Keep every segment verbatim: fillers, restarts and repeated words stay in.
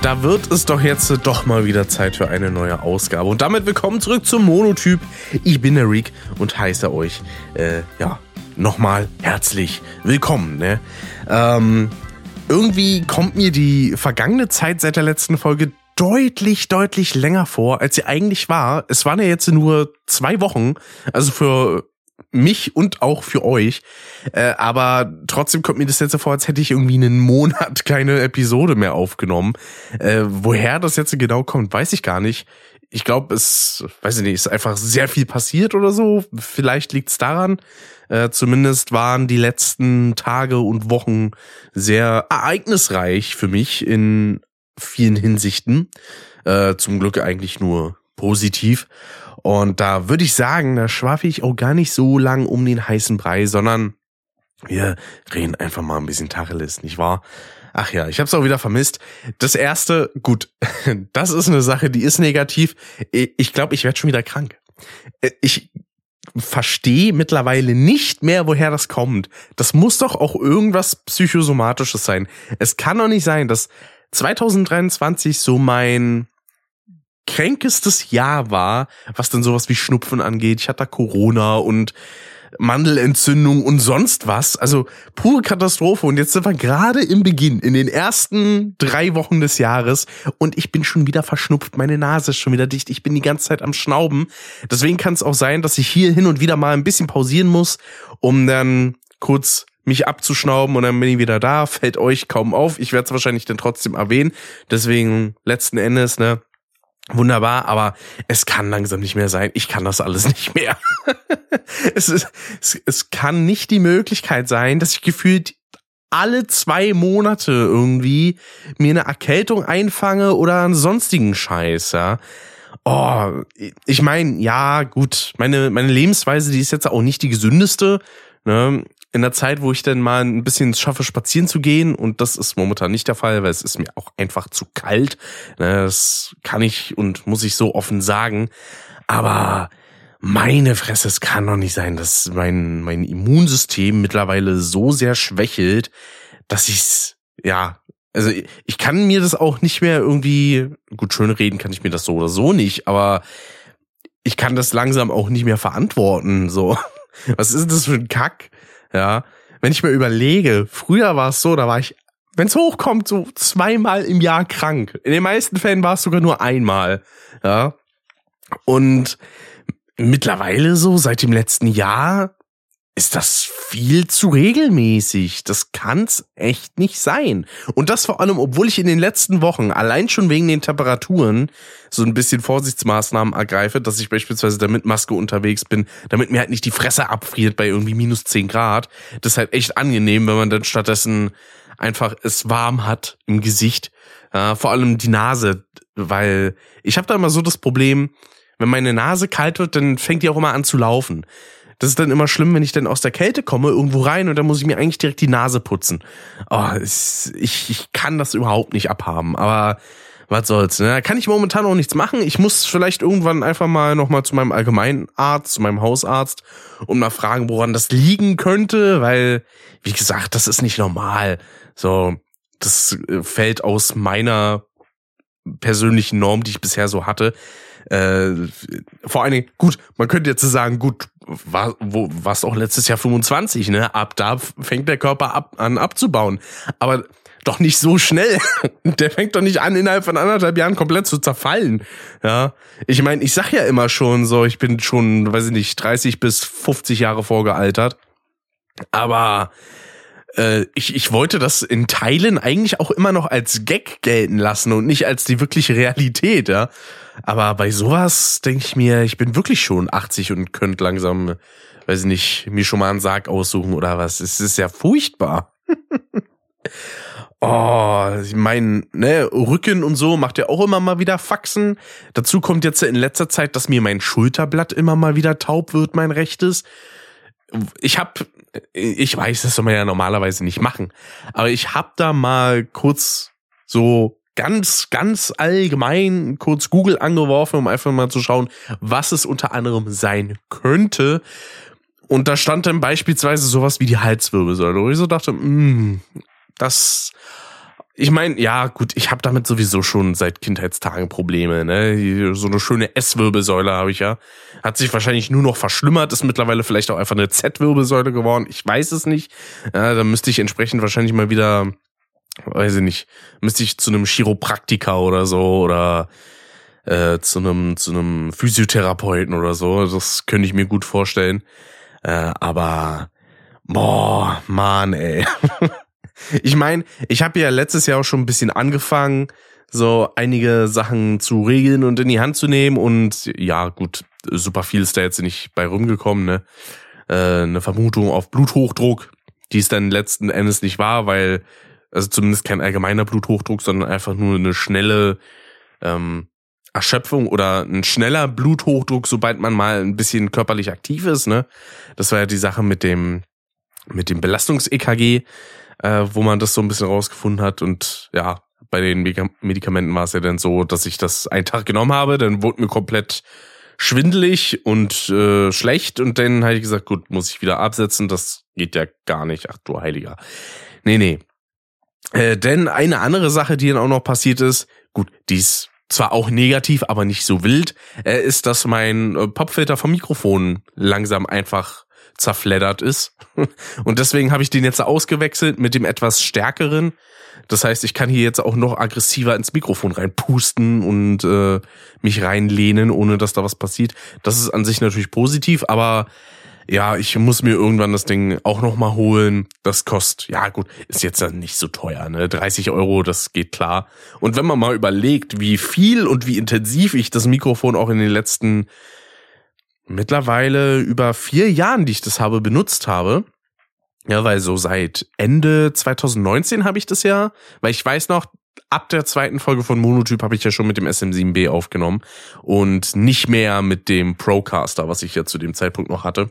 Da wird es doch jetzt doch mal wieder Zeit für eine neue Ausgabe. Und damit willkommen zurück zum Monotyp. Ich bin der Rick und heiße euch, äh, ja, nochmal herzlich willkommen, ne? Ähm, irgendwie kommt mir die vergangene Zeit seit der letzten Folge deutlich, deutlich länger vor, als sie eigentlich war. Es waren ja jetzt nur zwei Wochen, also für mich und auch für euch. Äh, aber trotzdem kommt mir das jetzt so vor, als hätte ich irgendwie einen Monat keine Episode mehr aufgenommen. Äh, woher das jetzt genau kommt, weiß ich gar nicht. Ich glaube, es, weiß ich nicht, ist einfach sehr viel passiert oder so. Vielleicht liegt es daran. Äh, zumindest waren die letzten Tage und Wochen sehr ereignisreich für mich in vielen Hinsichten. Äh, zum Glück eigentlich nur positiv. Und da würde ich sagen, da schwaffe ich auch gar nicht so lang um den heißen Brei, sondern wir reden einfach mal ein bisschen Tacheles, nicht wahr? Ach ja, ich habe es auch wieder vermisst. Das erste, gut, das ist eine Sache, die ist negativ. Ich glaube, ich werde schon wieder krank. Ich verstehe mittlerweile nicht mehr, woher das kommt. Das muss doch auch irgendwas Psychosomatisches sein. Es kann doch nicht sein, dass zwanzig dreiundzwanzig so mein kränkestes Jahr war, was dann sowas wie Schnupfen angeht. Ich hatte Corona und Mandelentzündung und sonst was. Also pure Katastrophe. Und jetzt sind wir gerade im Beginn, in den ersten drei Wochen des Jahres und ich bin schon wieder verschnupft. Meine Nase ist schon wieder dicht. Ich bin die ganze Zeit am Schnauben. Deswegen kann es auch sein, dass ich hier hin und wieder mal ein bisschen pausieren muss, um dann kurz mich abzuschnauben und dann bin ich wieder da. Fällt euch kaum auf. Ich werde es wahrscheinlich dann trotzdem erwähnen. Deswegen letzten Endes, ne, wunderbar, aber es kann langsam nicht mehr sein. Ich kann das alles nicht mehr. es, ist, es, es kann nicht die Möglichkeit sein, dass ich gefühlt alle zwei Monate irgendwie mir eine Erkältung einfange oder einen sonstigen Scheiß, ja. Oh, ich meine, ja, gut, meine, meine Lebensweise, die ist jetzt auch nicht die gesündeste, ne? In der Zeit, wo ich dann mal ein bisschen schaffe, spazieren zu gehen, und das ist momentan nicht der Fall, weil es ist mir auch einfach zu kalt. Das kann ich und muss ich so offen sagen. Aber meine Fresse, es kann doch nicht sein, dass mein mein Immunsystem mittlerweile so sehr schwächelt, dass ich's, ja, also ich kann mir das auch nicht mehr irgendwie, gut, schön reden kann ich mir das so oder so nicht, aber ich kann das langsam auch nicht mehr verantworten, so. Was ist das für ein Kack? Ja, wenn ich mir überlege, früher war es so, da war ich, wenn es hochkommt, so zweimal im Jahr krank. In den meisten Fällen war es sogar nur einmal. Ja, und mittlerweile so, seit dem letzten Jahr, ist das viel zu regelmäßig. Das kann's echt nicht sein. Und das vor allem, obwohl ich in den letzten Wochen, allein schon wegen den Temperaturen, so ein bisschen Vorsichtsmaßnahmen ergreife, dass ich beispielsweise da mit Maske unterwegs bin, damit mir halt nicht die Fresse abfriert bei irgendwie minus zehn Grad. Das ist halt echt angenehm, wenn man dann stattdessen einfach es warm hat im Gesicht. Ja, vor allem die Nase, weil ich habe da immer so das Problem, wenn meine Nase kalt wird, dann fängt die auch immer an zu laufen. Das ist dann immer schlimm, wenn ich dann aus der Kälte komme, irgendwo rein und dann muss ich mir eigentlich direkt die Nase putzen. Oh, es, ich, ich kann das überhaupt nicht abhaben, aber was soll's, ne? Da kann ich momentan auch nichts machen. Ich muss vielleicht irgendwann einfach mal nochmal zu meinem Allgemeinarzt, zu meinem Hausarzt und mal fragen, woran das liegen könnte, weil, wie gesagt, das ist nicht normal. So, das fällt aus meiner persönlichen Norm, die ich bisher so hatte. Äh, vor allen Dingen, gut, man könnte jetzt sagen, gut, war, wo, warst auch letztes Jahr fünfundzwanzig, ne? Ab da fängt der Körper ab, an abzubauen. Aber doch nicht so schnell. Der fängt doch nicht an, innerhalb von anderthalb Jahren komplett zu zerfallen. Ja. Ich meine, ich sag ja immer schon so, ich bin schon, weiß ich nicht, dreißig bis fünfzig Jahre vorgealtert. Aber äh, ich, ich wollte das in Teilen eigentlich auch immer noch als Gag gelten lassen und nicht als die wirkliche Realität, ja. Aber bei sowas denke ich mir, ich bin wirklich schon achtzig und könnte langsam, weiß ich nicht, mir schon mal einen Sarg aussuchen oder was. Es ist ja furchtbar. Oh, ich meine, ne, Rücken und so macht ja auch immer mal wieder Faxen. Dazu kommt jetzt in letzter Zeit, dass mir mein Schulterblatt immer mal wieder taub wird, mein rechtes. Ich hab, ich weiß, das soll man ja normalerweise nicht machen, aber ich hab da mal kurz so ganz, ganz allgemein kurz Google angeworfen, um einfach mal zu schauen, was es unter anderem sein könnte. Und da stand dann beispielsweise sowas wie die Halswirbelsäule. Und ich so dachte, mh, das Ich meine, ja, gut, ich habe damit sowieso schon seit Kindheitstagen Probleme, ne? So eine schöne S-Wirbelsäule habe ich ja. Hat sich wahrscheinlich nur noch verschlimmert, ist mittlerweile vielleicht auch einfach eine Z-Wirbelsäule geworden. Ich weiß es nicht. Ja, da müsste ich entsprechend wahrscheinlich mal wieder, weiß ich nicht, müsste ich zu einem Chiropraktiker oder so oder äh, zu einem zu einem Physiotherapeuten oder so. Das könnte ich mir gut vorstellen. Äh, aber, boah, Mann, ey. Ich meine, ich habe ja letztes Jahr auch schon ein bisschen angefangen, so einige Sachen zu regeln und in die Hand zu nehmen und ja, gut, super viel ist da jetzt nicht bei rumgekommen, ne? Äh, eine Vermutung auf Bluthochdruck, die es dann letzten Endes nicht war, weil, also zumindest kein allgemeiner Bluthochdruck, sondern einfach nur eine schnelle ähm, Erschöpfung oder ein schneller Bluthochdruck, sobald man mal ein bisschen körperlich aktiv ist, ne? Das war ja die Sache mit dem, mit dem Belastungs-E K G, Äh, wo man das so ein bisschen rausgefunden hat und ja, bei den Medikamenten war es ja dann so, dass ich das einen Tag genommen habe, dann wurde mir komplett schwindelig und äh, schlecht und dann habe ich gesagt, gut, muss ich wieder absetzen, das geht ja gar nicht, ach du Heiliger. Nee, nee. Äh, denn eine andere Sache, die dann auch noch passiert ist, gut, die ist zwar auch negativ, aber nicht so wild, äh, ist, dass mein äh, Popfilter vom Mikrofon langsam einfach zerfleddert ist. Und deswegen habe ich den jetzt ausgewechselt mit dem etwas stärkeren. Das heißt, ich kann hier jetzt auch noch aggressiver ins Mikrofon reinpusten und äh, mich reinlehnen, ohne dass da was passiert. Das ist an sich natürlich positiv, aber ja, ich muss mir irgendwann das Ding auch nochmal holen. Das kostet, ja gut, ist jetzt dann nicht so teuer, ne? dreißig Euro, das geht klar. Und wenn man mal überlegt, wie viel und wie intensiv ich das Mikrofon auch in den letzten mittlerweile über vier Jahren, die ich das habe, benutzt habe. Ja, weil so seit Ende zwanzig neunzehn habe ich das ja, weil ich weiß noch, ab der zweiten Folge von Monotyp habe ich ja schon mit dem S M sieben B aufgenommen und nicht mehr mit dem Procaster, was ich ja zu dem Zeitpunkt noch hatte.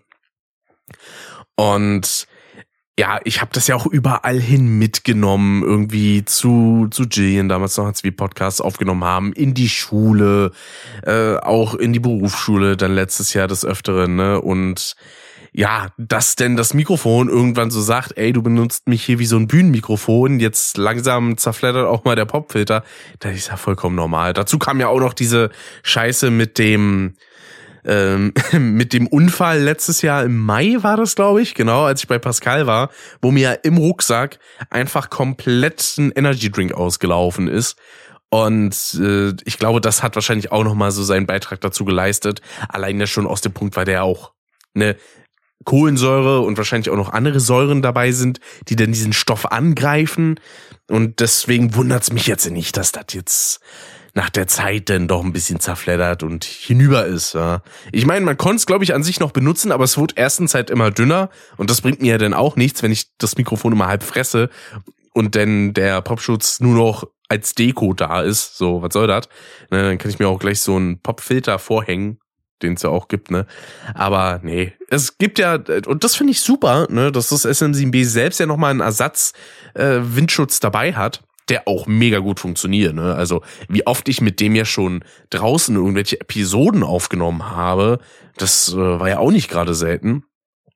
Und ja, ich habe das ja auch überall hin mitgenommen, irgendwie zu zu Jillian damals noch, als wir Podcasts aufgenommen haben, in die Schule, äh, auch in die Berufsschule, dann letztes Jahr des Öfteren, ne? Und ja, dass denn das Mikrofon irgendwann so sagt, ey, du benutzt mich hier wie so ein Bühnenmikrofon, jetzt langsam zerfleddert auch mal der Popfilter, das ist ja vollkommen normal. Dazu kam ja auch noch diese Scheiße mit dem Ähm, mit dem Unfall letztes Jahr im Mai war das, glaube ich, genau, als ich bei Pascal war, wo mir im Rucksack einfach komplett ein Energy Drink ausgelaufen ist. Und äh, ich glaube, das hat wahrscheinlich auch nochmal so seinen Beitrag dazu geleistet. Allein ja schon aus dem Punkt, weil der auch eine Kohlensäure und wahrscheinlich auch noch andere Säuren dabei sind, die dann diesen Stoff angreifen. Und deswegen wundert's mich jetzt nicht, dass das jetzt nach der Zeit dann doch ein bisschen zerfleddert und hinüber ist. Ja. Ich meine, man konnte es, glaube ich, an sich noch benutzen, aber es wurde erstens halt immer dünner und das bringt mir ja dann auch nichts, wenn ich das Mikrofon immer halb fresse und dann der Popschutz nur noch als Deko da ist. So, was soll das? Ne, dann kann ich mir auch gleich so einen Popfilter vorhängen, den es ja auch gibt, ne? Aber nee, es gibt ja, und das finde ich super, ne, dass das S M sieben B selbst ja nochmal einen Ersatz äh, Windschutz dabei hat, der auch mega gut funktioniert, ne? Also, wie oft ich mit dem ja schon draußen irgendwelche Episoden aufgenommen habe, das äh, war ja auch nicht gerade selten.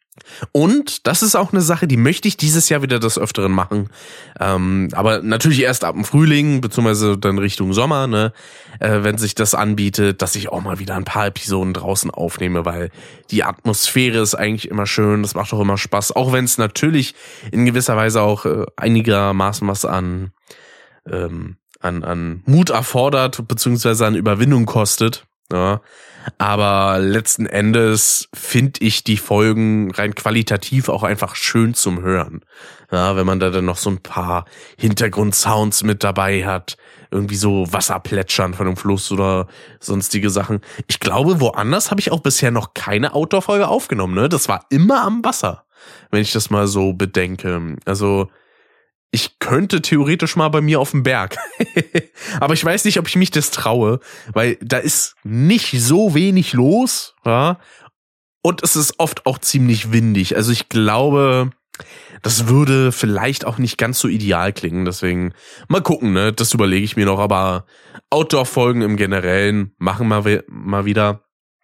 Und das ist auch eine Sache, die möchte ich dieses Jahr wieder des Öfteren machen. Ähm, aber natürlich erst ab dem Frühling, beziehungsweise dann Richtung Sommer, ne, äh, wenn sich das anbietet, dass ich auch mal wieder ein paar Episoden draußen aufnehme, weil die Atmosphäre ist eigentlich immer schön, das macht auch immer Spaß, auch wenn es natürlich in gewisser Weise auch äh, einigermaßen was an, ähm, an, an Mut erfordert, beziehungsweise an Überwindung kostet, ja. Aber letzten Endes finde ich die Folgen rein qualitativ auch einfach schön zum Hören. Ja, wenn man da dann noch so ein paar Hintergrundsounds mit dabei hat, irgendwie so Wasserplätschern von einem Fluss oder sonstige Sachen. Ich glaube, woanders habe ich auch bisher noch keine Outdoor-Folge aufgenommen, ne? Das war immer am Wasser, wenn ich das mal so bedenke. Also ich könnte theoretisch mal bei mir auf dem Berg. Aber ich weiß nicht, ob ich mich das traue, weil da ist nicht so wenig los, ja. Und es ist oft auch ziemlich windig. Also ich glaube, das würde vielleicht auch nicht ganz so ideal klingen. Deswegen mal gucken, ne? Das überlege ich mir noch. Aber Outdoor-Folgen im Generellen machen wir mal wieder.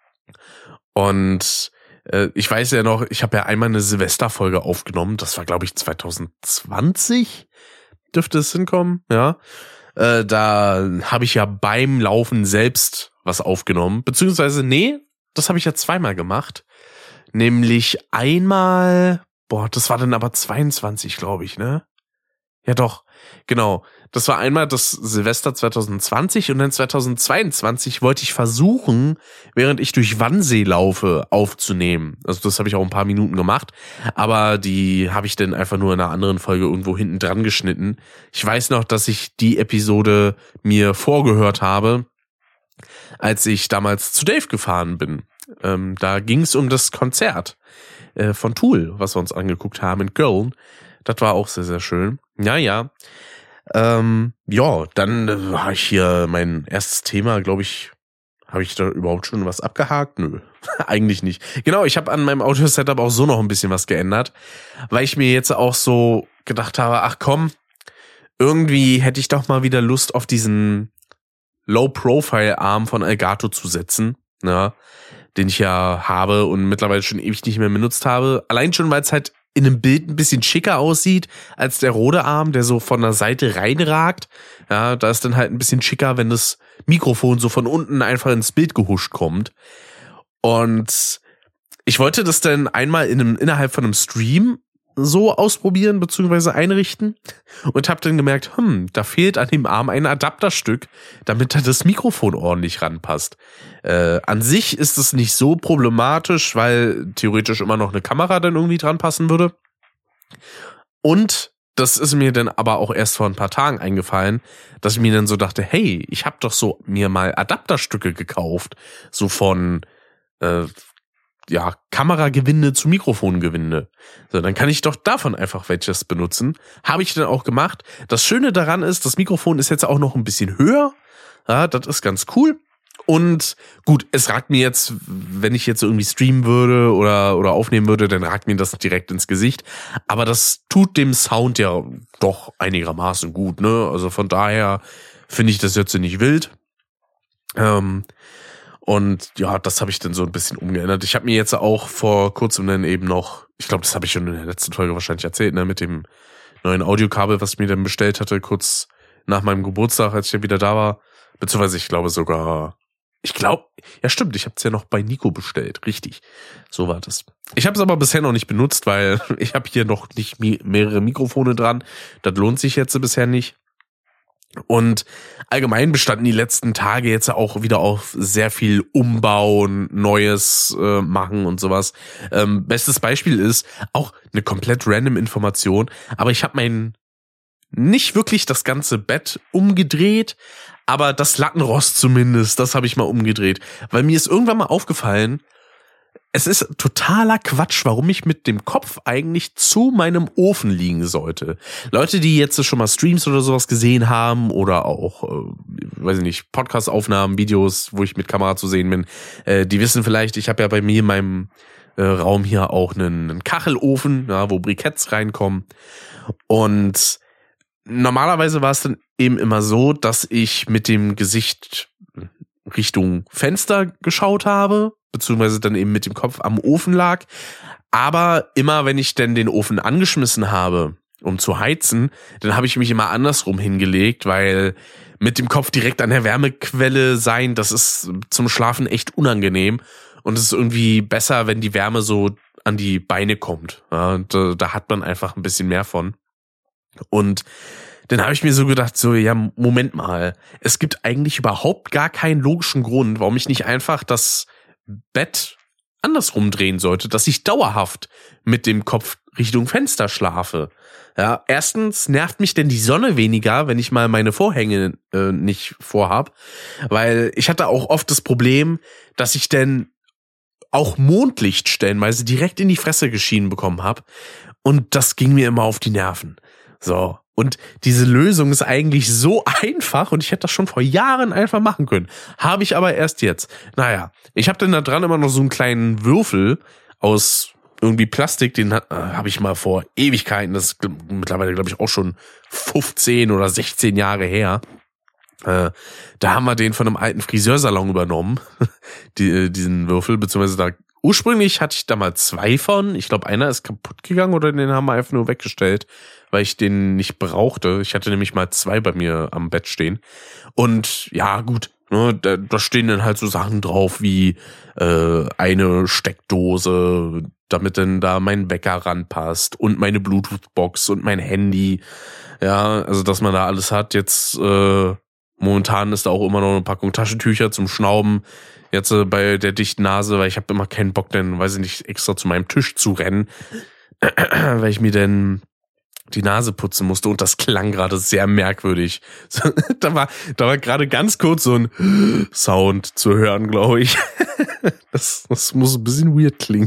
Und ich weiß ja noch, ich habe ja einmal eine Silvesterfolge aufgenommen. Das war, glaube ich, zwanzig zwanzig. dürfte es hinkommen, ja. Äh, da habe ich ja beim Laufen selbst was aufgenommen. Beziehungsweise, nee, das habe ich ja zweimal gemacht. Nämlich einmal, boah, das war dann aber zweiundzwanzig, glaube ich, ne? Ja doch, genau. Das war einmal das Silvester zwanzig zwanzig und dann zwanzig zweiundzwanzig wollte ich versuchen, während ich durch Wannsee laufe, aufzunehmen. Also das habe ich auch ein paar Minuten gemacht, aber die habe ich dann einfach nur in einer anderen Folge irgendwo hinten dran geschnitten. Ich weiß noch, dass ich die Episode mir vorgehört habe, als ich damals zu Dave gefahren bin. Ähm, da ging es um das Konzert äh, von Tool, was wir uns angeguckt haben in Köln. Das war auch sehr, sehr schön. Ja, ja. Ähm, ja, dann äh, habe ich hier mein erstes Thema, glaube ich, habe ich da überhaupt schon was abgehakt? Nö, eigentlich nicht. Genau, ich habe an meinem Audio-Setup auch so noch ein bisschen was geändert, weil ich mir jetzt auch so gedacht habe, ach komm, irgendwie hätte ich doch mal wieder Lust auf diesen Low-Profile-Arm von Elgato zu setzen, ne, den ich ja habe und mittlerweile schon ewig nicht mehr benutzt habe. Allein schon, weil es halt in einem Bild ein bisschen schicker aussieht als der Rode-Arm, der so von der Seite reinragt. Ja, da ist dann halt ein bisschen schicker, wenn das Mikrofon so von unten einfach ins Bild gehuscht kommt. Und ich wollte das dann einmal in einem, innerhalb von einem Stream so ausprobieren bzw. einrichten und habe dann gemerkt, hm, da fehlt an dem Arm ein Adapterstück, damit da das Mikrofon ordentlich ranpasst. Äh, an sich ist es nicht so problematisch, weil theoretisch immer noch eine Kamera dann irgendwie dran passen würde. Und das ist mir dann aber auch erst vor ein paar Tagen eingefallen, dass ich mir dann so dachte, hey, ich habe doch so mir mal Adapterstücke gekauft, so von äh, ja, Kameragewinde zu Mikrofongewinde. So, dann kann ich doch davon einfach welches benutzen. Habe ich dann auch gemacht. Das Schöne daran ist, das Mikrofon ist jetzt auch noch ein bisschen höher. Ja, das ist ganz cool. Und gut, es ragt mir jetzt, wenn ich jetzt irgendwie streamen würde oder, oder aufnehmen würde, dann ragt mir das direkt ins Gesicht. Aber das tut dem Sound ja doch einigermaßen gut, ne? Also von daher finde ich das jetzt nicht wild. Ähm, Und ja, das habe ich dann so ein bisschen umgeändert. Ich habe mir jetzt auch vor kurzem dann eben noch, ich glaube, das habe ich schon in der letzten Folge wahrscheinlich erzählt, ne, mit dem neuen Audiokabel, was ich mir dann bestellt hatte, kurz nach meinem Geburtstag, als ich ja wieder da war. Beziehungsweise ich glaube sogar, ich glaube, ja stimmt, ich habe es ja noch bei Nico bestellt, richtig. So war das. Ich habe es aber bisher noch nicht benutzt, weil ich habe hier noch nicht mehrere Mikrofone dran. Das lohnt sich jetzt bisher nicht. Und allgemein bestanden die letzten Tage jetzt auch wieder auf sehr viel Umbauen, Neues äh, machen und sowas. Ähm, bestes Beispiel ist auch eine komplett random Information, aber ich habe mein nicht wirklich das ganze Bett umgedreht, aber das Lattenrost zumindest, das habe ich mal umgedreht, weil mir ist irgendwann mal aufgefallen, es ist totaler Quatsch, warum ich mit dem Kopf eigentlich zu meinem Ofen liegen sollte. Leute, die jetzt schon mal Streams oder sowas gesehen haben oder auch, äh, weiß ich nicht, Podcast-Aufnahmen, Videos, wo ich mit Kamera zu sehen bin, äh, die wissen vielleicht, ich habe ja bei mir in meinem äh, Raum hier auch einen, einen Kachelofen, ja, wo Briketts reinkommen. Und normalerweise war es dann eben immer so, dass ich mit dem Gesicht Richtung Fenster geschaut habe, beziehungsweise dann eben mit dem Kopf am Ofen lag. Aber immer, wenn ich denn den Ofen angeschmissen habe, um zu heizen, dann habe ich mich immer andersrum hingelegt, weil mit dem Kopf direkt an der Wärmequelle sein, das ist zum Schlafen echt unangenehm. Und es ist irgendwie besser, wenn die Wärme so an die Beine kommt. Ja, und da, da hat man einfach ein bisschen mehr von. Und dann habe ich mir so gedacht, so, ja, Moment mal, es gibt eigentlich überhaupt gar keinen logischen Grund, warum ich nicht einfach das Bett andersrum drehen sollte, dass ich dauerhaft mit dem Kopf Richtung Fenster schlafe. Ja, erstens nervt mich denn die Sonne weniger, wenn ich mal meine Vorhänge äh, nicht vorhab, weil ich hatte auch oft das Problem, dass ich denn auch Mondlicht stellenweise direkt in die Fresse geschienen bekommen habe und das ging mir immer auf die Nerven. So. Und diese Lösung ist eigentlich so einfach und ich hätte das schon vor Jahren einfach machen können. Habe ich aber erst jetzt. Naja, ich habe dann da dran immer noch so einen kleinen Würfel aus irgendwie Plastik, den äh, habe ich mal vor Ewigkeiten, das ist mittlerweile glaube ich auch schon fünfzehn oder sechzehn Jahre her. Äh, da haben wir den von einem alten Friseursalon übernommen, die, diesen Würfel, beziehungsweise da ursprünglich hatte ich da mal zwei von. Ich glaube, einer ist kaputt gegangen oder den haben wir einfach nur weggestellt, weil ich den nicht brauchte. Ich hatte nämlich mal zwei bei mir am Bett stehen. Und ja, gut, ne, da, da stehen dann halt so Sachen drauf wie äh, eine Steckdose, damit dann da mein Wecker ranpasst und meine Bluetooth-Box und mein Handy. Ja, also dass man da alles hat. Jetzt äh, momentan ist da auch immer noch eine Packung Taschentücher zum Schnauben. Jetzt äh, bei der dichten Nase, weil ich habe immer keinen Bock, dann, weiß ich nicht, extra zu meinem Tisch zu rennen, weil ich mir dann die Nase putzen musste und das klang gerade sehr merkwürdig. da war, da war gerade ganz kurz so ein Sound zu hören, glaube ich. das, das muss ein bisschen weird klingen.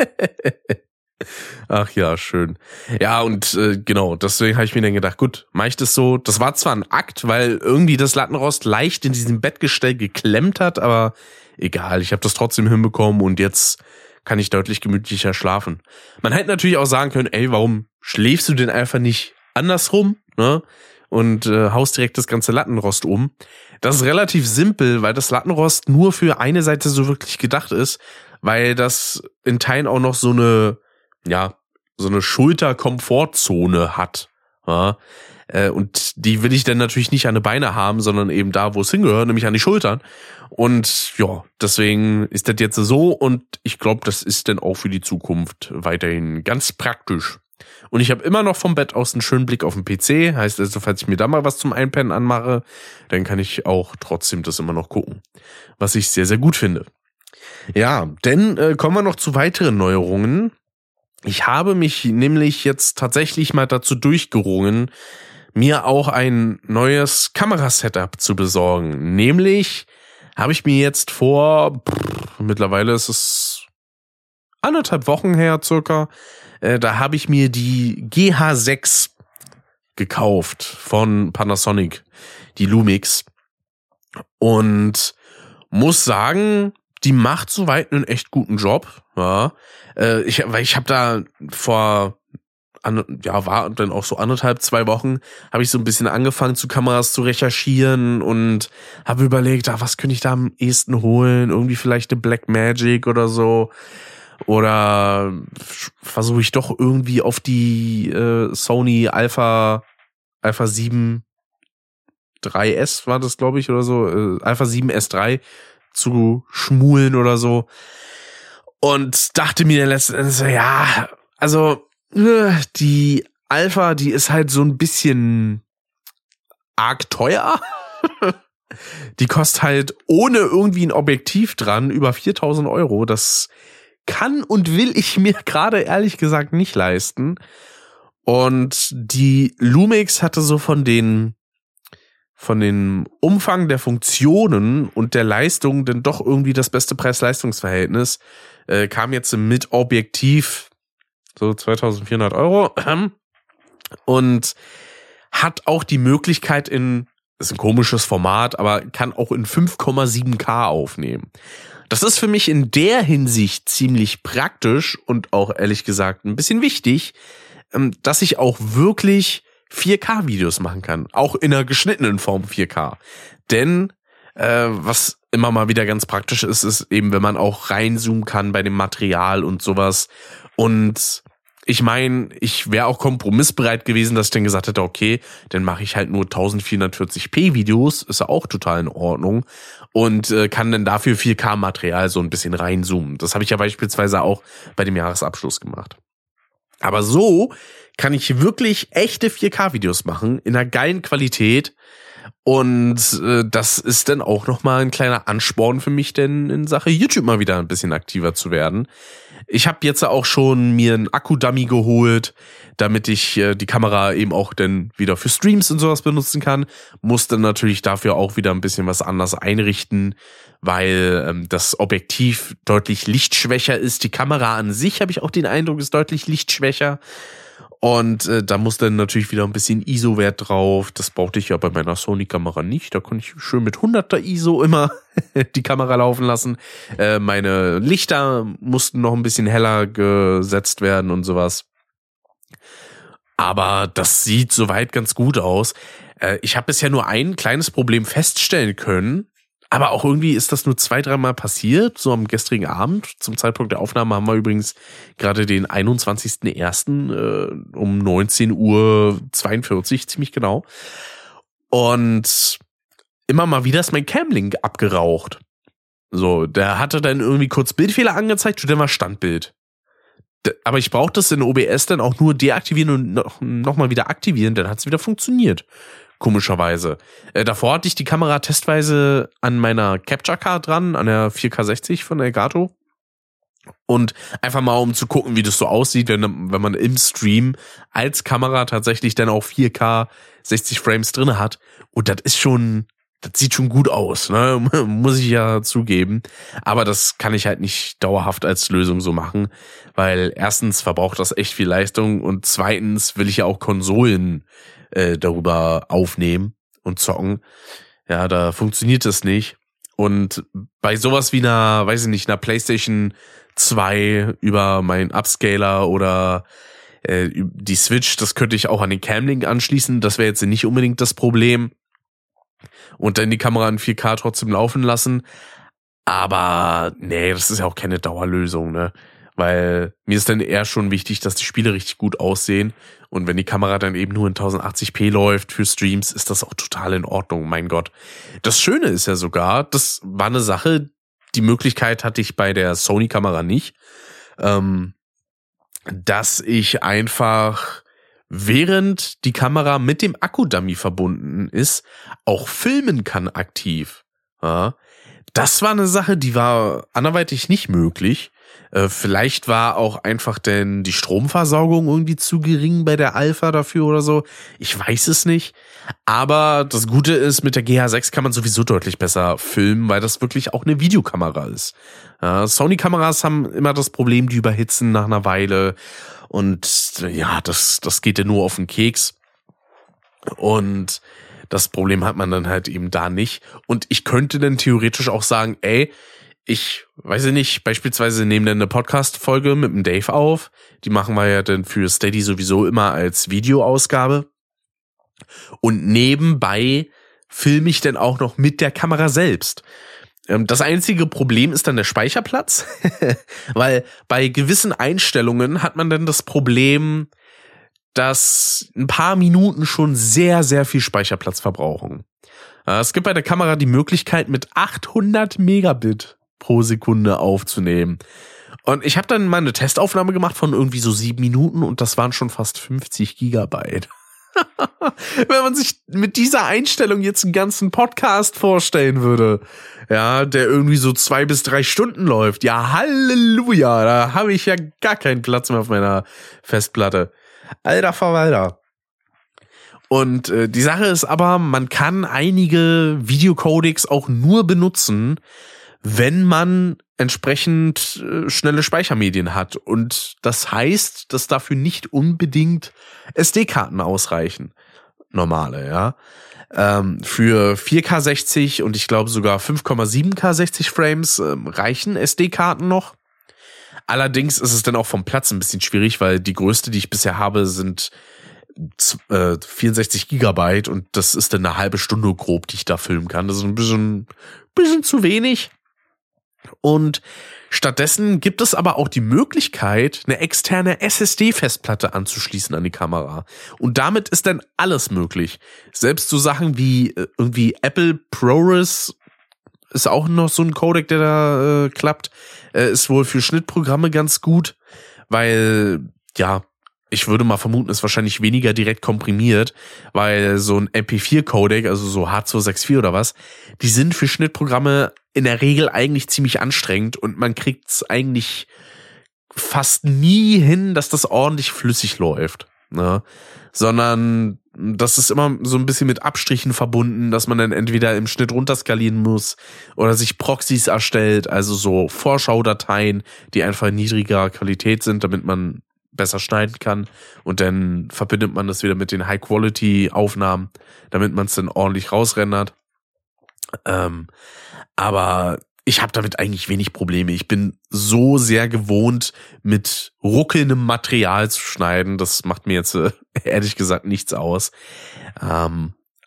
Ach ja, schön. Ja, und äh, genau, deswegen habe ich mir dann gedacht, gut, mach ich das so. Das war zwar ein Akt, weil irgendwie das Lattenrost leicht in diesem Bettgestell geklemmt hat, aber egal, ich habe das trotzdem hinbekommen und jetzt kann ich deutlich gemütlicher schlafen. Man hätte natürlich auch sagen können, ey, warum schläfst du denn einfach nicht andersrum, ne? Und äh, haust direkt das ganze Lattenrost um. Das ist relativ simpel, weil das Lattenrost nur für eine Seite so wirklich gedacht ist, weil das in Teilen auch noch so eine, ja, so eine Schulterkomfortzone hat. Ja? Äh, und die will ich dann natürlich nicht an die Beine haben, sondern eben da, wo es hingehört, nämlich an die Schultern. Und ja, deswegen ist das jetzt so und ich glaube, das ist dann auch für die Zukunft weiterhin ganz praktisch. Und ich habe immer noch vom Bett aus einen schönen Blick auf den P C. Heißt also, falls ich mir da mal was zum Einpennen anmache, dann kann ich auch trotzdem das immer noch gucken. Was ich sehr, sehr gut finde. Ja, denn äh, kommen wir noch zu weiteren Neuerungen. Ich habe mich nämlich jetzt tatsächlich mal dazu durchgerungen, mir auch ein neues Kamerasetup zu besorgen. Nämlich habe ich mir jetzt vor, pff, mittlerweile ist es anderthalb Wochen her circa, äh, da habe ich mir die G H sechs gekauft von Panasonic, die Lumix. Und muss sagen, die macht soweit einen echt guten Job. Ja, äh, ich, weil ich habe da vor, an, ja, war dann auch so anderthalb, zwei Wochen, habe ich so ein bisschen angefangen, zu Kameras zu recherchieren und habe überlegt, ah, was könnte ich da am ehesten holen? Irgendwie vielleicht eine Blackmagic oder so. Oder versuche ich doch irgendwie auf die äh, Sony Alpha Alpha sieben drei S war das, glaube ich, oder so, äh, Alpha sieben S drei zu schmulen oder so. Und dachte mir letzten Endes, ja, also die Alpha, die ist halt so ein bisschen arg teuer. Die kostet halt ohne irgendwie ein Objektiv dran über viertausend Euro. Das kann und will ich mir gerade ehrlich gesagt nicht leisten. Und die Lumix hatte so von den von den Umfang der Funktionen und der Leistung denn doch irgendwie das beste Preis-Leistungs-Verhältnis. Äh, kam jetzt mit Objektiv so zweitausendvierhundert Euro und hat auch die Möglichkeit in, ist ein komisches Format, aber kann auch in fünf Komma sieben K aufnehmen. Das ist für mich in der Hinsicht ziemlich praktisch und auch ehrlich gesagt ein bisschen wichtig, dass ich auch wirklich vier K Videos machen kann. Auch in einer geschnittenen Form vier K. Denn äh, was immer mal wieder ganz praktisch ist, ist eben, wenn man auch reinzoomen kann bei dem Material und sowas. Und ich meine, ich wäre auch kompromissbereit gewesen, dass ich dann gesagt hätte, okay, dann mache ich halt nur vierzehnhundertvierzig p Videos, ist ja auch total in Ordnung. Und äh, kann dann dafür vier K Material so ein bisschen reinzoomen. Das habe ich ja beispielsweise auch bei dem Jahresabschluss gemacht. Aber so kann ich wirklich echte vier K Videos machen, in einer geilen Qualität. Und äh, das ist dann auch nochmal ein kleiner Ansporn für mich, denn in Sache YouTube mal wieder ein bisschen aktiver zu werden. Ich habe jetzt auch schon mir einen Akku-Dummy geholt, damit ich äh, die Kamera eben auch dann wieder für Streams und sowas benutzen kann. Muss dann natürlich dafür auch wieder ein bisschen was anders einrichten, weil ähm, das Objektiv deutlich lichtschwächer ist. Die Kamera an sich, habe ich auch den Eindruck, ist deutlich lichtschwächer. Und äh, da muss dann natürlich wieder ein bisschen I S O-Wert drauf. Das brauchte ich ja bei meiner Sony-Kamera nicht. Da konnte ich schön mit hunderter I S O immer die Kamera laufen lassen. Äh, meine Lichter mussten noch ein bisschen heller gesetzt werden und sowas. Aber das sieht soweit ganz gut aus. Äh, ich habe bisher nur ein kleines Problem feststellen können. Aber auch irgendwie ist das nur zwei, dreimal passiert, so am gestrigen Abend. Zum Zeitpunkt der Aufnahme haben wir übrigens gerade den einundzwanzigsten ersten Äh, um neunzehn Uhr zweiundvierzig, ziemlich genau. Und immer mal wieder ist mein Camlink abgeraucht. So, der hatte dann irgendwie kurz Bildfehler angezeigt und dann war Standbild. Aber ich brauchte das in O B S dann auch nur deaktivieren und noch, noch mal wieder aktivieren, dann hat es wieder funktioniert. Komischerweise. Äh, davor hatte ich die Kamera testweise an meiner Capture Card dran, an der vier K sechzig von Elgato. Und einfach mal, um zu gucken, wie das so aussieht, wenn, wenn man im Stream als Kamera tatsächlich dann auch vier K sechzig Frames drin hat. Und das ist schon, das sieht schon gut aus, ne? Muss ich ja zugeben. Aber das kann ich halt nicht dauerhaft als Lösung so machen, weil erstens verbraucht das echt viel Leistung und zweitens will ich ja auch Konsolen äh, darüber aufnehmen und zocken. Ja, da funktioniert das nicht. Und bei sowas wie einer, weiß ich nicht, einer PlayStation zwei über meinen Upscaler oder äh, die Switch, das könnte ich auch an den Camlink anschließen. Das wäre jetzt nicht unbedingt das Problem. Und dann die Kamera in vier K trotzdem laufen lassen. Aber nee, das ist ja auch keine Dauerlösung, ne? Weil mir ist dann eher schon wichtig, dass die Spiele richtig gut aussehen. Und wenn die Kamera dann eben nur in tausendachtzig p läuft für Streams, ist das auch total in Ordnung, mein Gott. Das Schöne ist ja sogar, das war eine Sache, die Möglichkeit hatte ich bei der Sony-Kamera nicht, ähm, dass ich einfach, während die Kamera mit dem Akkudummy verbunden ist, auch filmen kann aktiv. Ja, das war eine Sache, die war anderweitig nicht möglich. Äh, vielleicht war auch einfach denn die Stromversorgung irgendwie zu gering bei der Alpha dafür oder so. Ich weiß es nicht. Aber das Gute ist, mit der G H sechs kann man sowieso deutlich besser filmen, weil das wirklich auch eine Videokamera ist. Äh, Sony-Kameras haben immer das Problem, die überhitzen nach einer Weile. Und ja, das, das geht ja nur auf den Keks. Und das Problem hat man dann halt eben da nicht. Und ich könnte dann theoretisch auch sagen, ey, ich weiß nicht, beispielsweise nehmen dann eine Podcast-Folge mit dem Dave auf. Die machen wir ja dann für Steady sowieso immer als Videoausgabe. Und nebenbei filme ich dann auch noch mit der Kamera selbst. Das einzige Problem ist dann der Speicherplatz, weil bei gewissen Einstellungen hat man dann das Problem, dass ein paar Minuten schon sehr, sehr viel Speicherplatz verbrauchen. Es gibt bei der Kamera die Möglichkeit, mit achthundert Megabit pro Sekunde aufzunehmen. Und ich habe dann mal eine Testaufnahme gemacht von irgendwie so sieben Minuten und das waren schon fast fünfzig Gigabyte. Wenn man sich mit dieser Einstellung jetzt einen ganzen Podcast vorstellen würde, ja, der irgendwie so zwei bis drei Stunden läuft, ja, Halleluja, da habe ich ja gar keinen Platz mehr auf meiner Festplatte. Alter Verwalter. Und äh, die Sache ist aber, man kann einige Videocodecs auch nur benutzen, wenn man entsprechend äh, schnelle Speichermedien hat. Und das heißt, dass dafür nicht unbedingt S D-Karten ausreichen. Normale, ja. Ähm, für vier K sechzig und ich glaube sogar fünf Komma sieben K sechzig Frames ähm, reichen S D-Karten noch. Allerdings ist es dann auch vom Platz ein bisschen schwierig, weil die größte, die ich bisher habe, sind äh, vierundsechzig Gigabyte und das ist dann eine halbe Stunde grob, die ich da filmen kann. Das ist ein bisschen, bisschen zu wenig. Und stattdessen gibt es aber auch die Möglichkeit, eine externe S S D-Festplatte anzuschließen an die Kamera. Und damit ist dann alles möglich. Selbst so Sachen wie äh, irgendwie Apple ProRes ist auch noch so ein Codec, der da äh, klappt. Äh, ist wohl für Schnittprogramme ganz gut, weil, ja, ich würde mal vermuten, ist wahrscheinlich weniger direkt komprimiert, weil so ein M P vier Codec, also so H zwei sechs vier oder was, die sind für Schnittprogramme in der Regel eigentlich ziemlich anstrengend und man kriegt's eigentlich fast nie hin, dass das ordentlich flüssig läuft, ne? Sondern das ist immer so ein bisschen mit Abstrichen verbunden, dass man dann entweder im Schnitt runterskalieren muss oder sich Proxys erstellt, also so Vorschaudateien, die einfach in niedriger Qualität sind, damit man besser schneiden kann und dann verbindet man das wieder mit den High-Quality-Aufnahmen, damit man es dann ordentlich rausrendert. Ähm, aber ich habe damit eigentlich wenig Probleme. Ich bin so sehr gewohnt, mit ruckelndem Material zu schneiden. Das macht mir jetzt äh, ehrlich gesagt nichts aus. Ähm,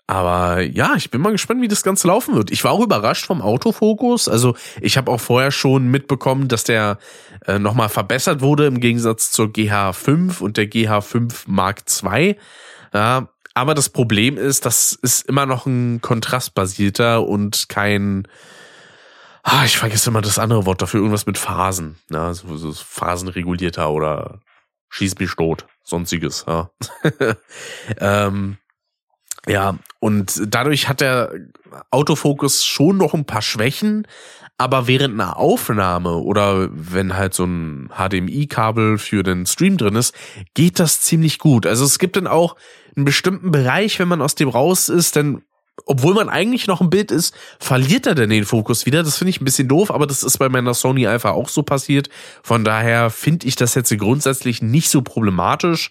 Aber ja, ich bin mal gespannt, wie das Ganze laufen wird. Ich war auch überrascht vom Autofokus. Also ich habe auch vorher schon mitbekommen, dass der äh, nochmal verbessert wurde im Gegensatz zur G H fünf und der G H fünf Mark zwei. Ja, aber das Problem ist, das ist immer noch ein kontrastbasierter und kein, ah, ich vergesse immer das andere Wort dafür, irgendwas mit Phasen. Ja, so, so phasenregulierter oder schieß mich tot, sonstiges. Ja. ähm, Ja, und dadurch hat der Autofokus schon noch ein paar Schwächen, aber während einer Aufnahme oder wenn halt so ein H D M I-Kabel für den Stream drin ist, geht das ziemlich gut. Also es gibt dann auch einen bestimmten Bereich, wenn man aus dem raus ist, denn obwohl man eigentlich noch im Bild ist, verliert er dann den Fokus wieder. Das finde ich ein bisschen doof, aber das ist bei meiner Sony Alpha auch so passiert. Von daher finde ich das jetzt grundsätzlich nicht so problematisch,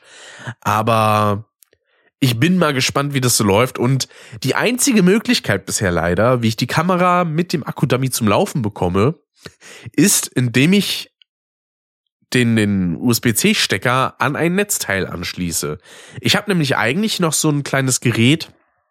aber ich bin mal gespannt, wie das so läuft. Und die einzige Möglichkeit bisher leider, wie ich die Kamera mit dem Akkudummy zum Laufen bekomme, ist, indem ich den, den U S B-C-Stecker an ein Netzteil anschließe. Ich habe nämlich eigentlich noch so ein kleines Gerät,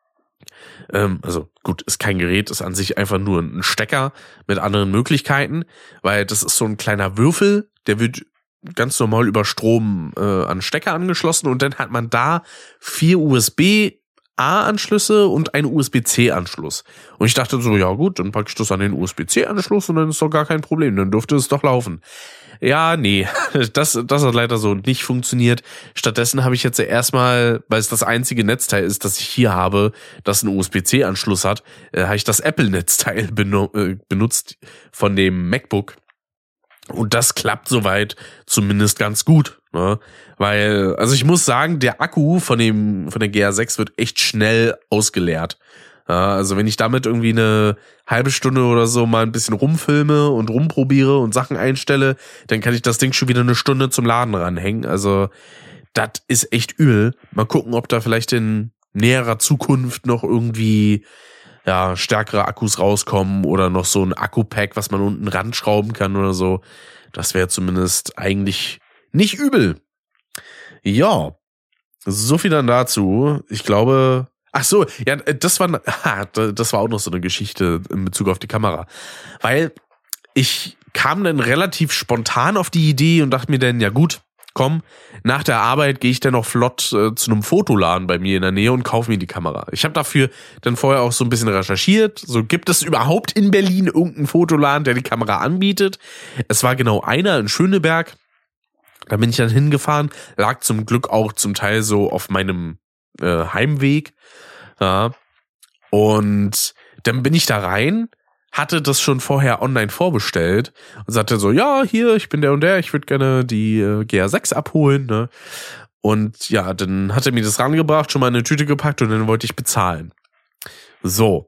ähm, also gut, ist kein Gerät, ist an sich einfach nur ein Stecker mit anderen Möglichkeiten, weil das ist so ein kleiner Würfel, der wird ganz normal über Strom äh, an Stecker angeschlossen und dann hat man da vier U S B-A-Anschlüsse und einen U S B-C-Anschluss. Und ich dachte so, ja gut, dann packe ich das an den U S B-C-Anschluss und dann ist doch gar kein Problem, dann dürfte es doch laufen. Ja, nee, das, das hat leider so nicht funktioniert. Stattdessen habe ich jetzt erstmal, weil es das einzige Netzteil ist, das ich hier habe, das einen U S B-C-Anschluss hat, äh, habe ich das Apple-Netzteil beno- äh, benutzt von dem MacBook. Und das klappt soweit zumindest ganz gut, ne? Weil, also ich muss sagen, der Akku von dem von der G R sechs wird echt schnell ausgeleert. Ja, also wenn ich damit irgendwie eine halbe Stunde oder so mal ein bisschen rumfilme und rumprobiere und Sachen einstelle, dann kann ich das Ding schon wieder eine Stunde zum Laden ranhängen. Also das ist echt übel. Mal gucken, ob da vielleicht in näherer Zukunft noch irgendwie ja, stärkere Akkus rauskommen oder noch so ein Akku-Pack, was man unten ranschrauben kann oder so. Das wäre zumindest eigentlich nicht übel. Ja, so viel dann dazu. Ich glaube, ach so, ja, das war, das war auch noch so eine Geschichte in Bezug auf die Kamera. Weil ich kam dann relativ spontan auf die Idee und dachte mir dann, ja gut, komm, nach der Arbeit gehe ich dann noch flott äh, zu einem Fotoladen bei mir in der Nähe und kaufe mir die Kamera. Ich habe dafür dann vorher auch so ein bisschen recherchiert. So, gibt es überhaupt in Berlin irgendeinen Fotoladen, der die Kamera anbietet? Es war genau einer in Schöneberg. Da bin ich dann hingefahren. Lag zum Glück auch zum Teil so auf meinem äh, Heimweg. Ja. Und dann bin ich da rein, hatte das schon vorher online vorbestellt und sagte so, ja, hier, ich bin der und der, ich würde gerne die äh, G R sechs abholen, ne? Und ja, dann hat er mir das rangebracht, schon mal in eine Tüte gepackt und dann wollte ich bezahlen. So.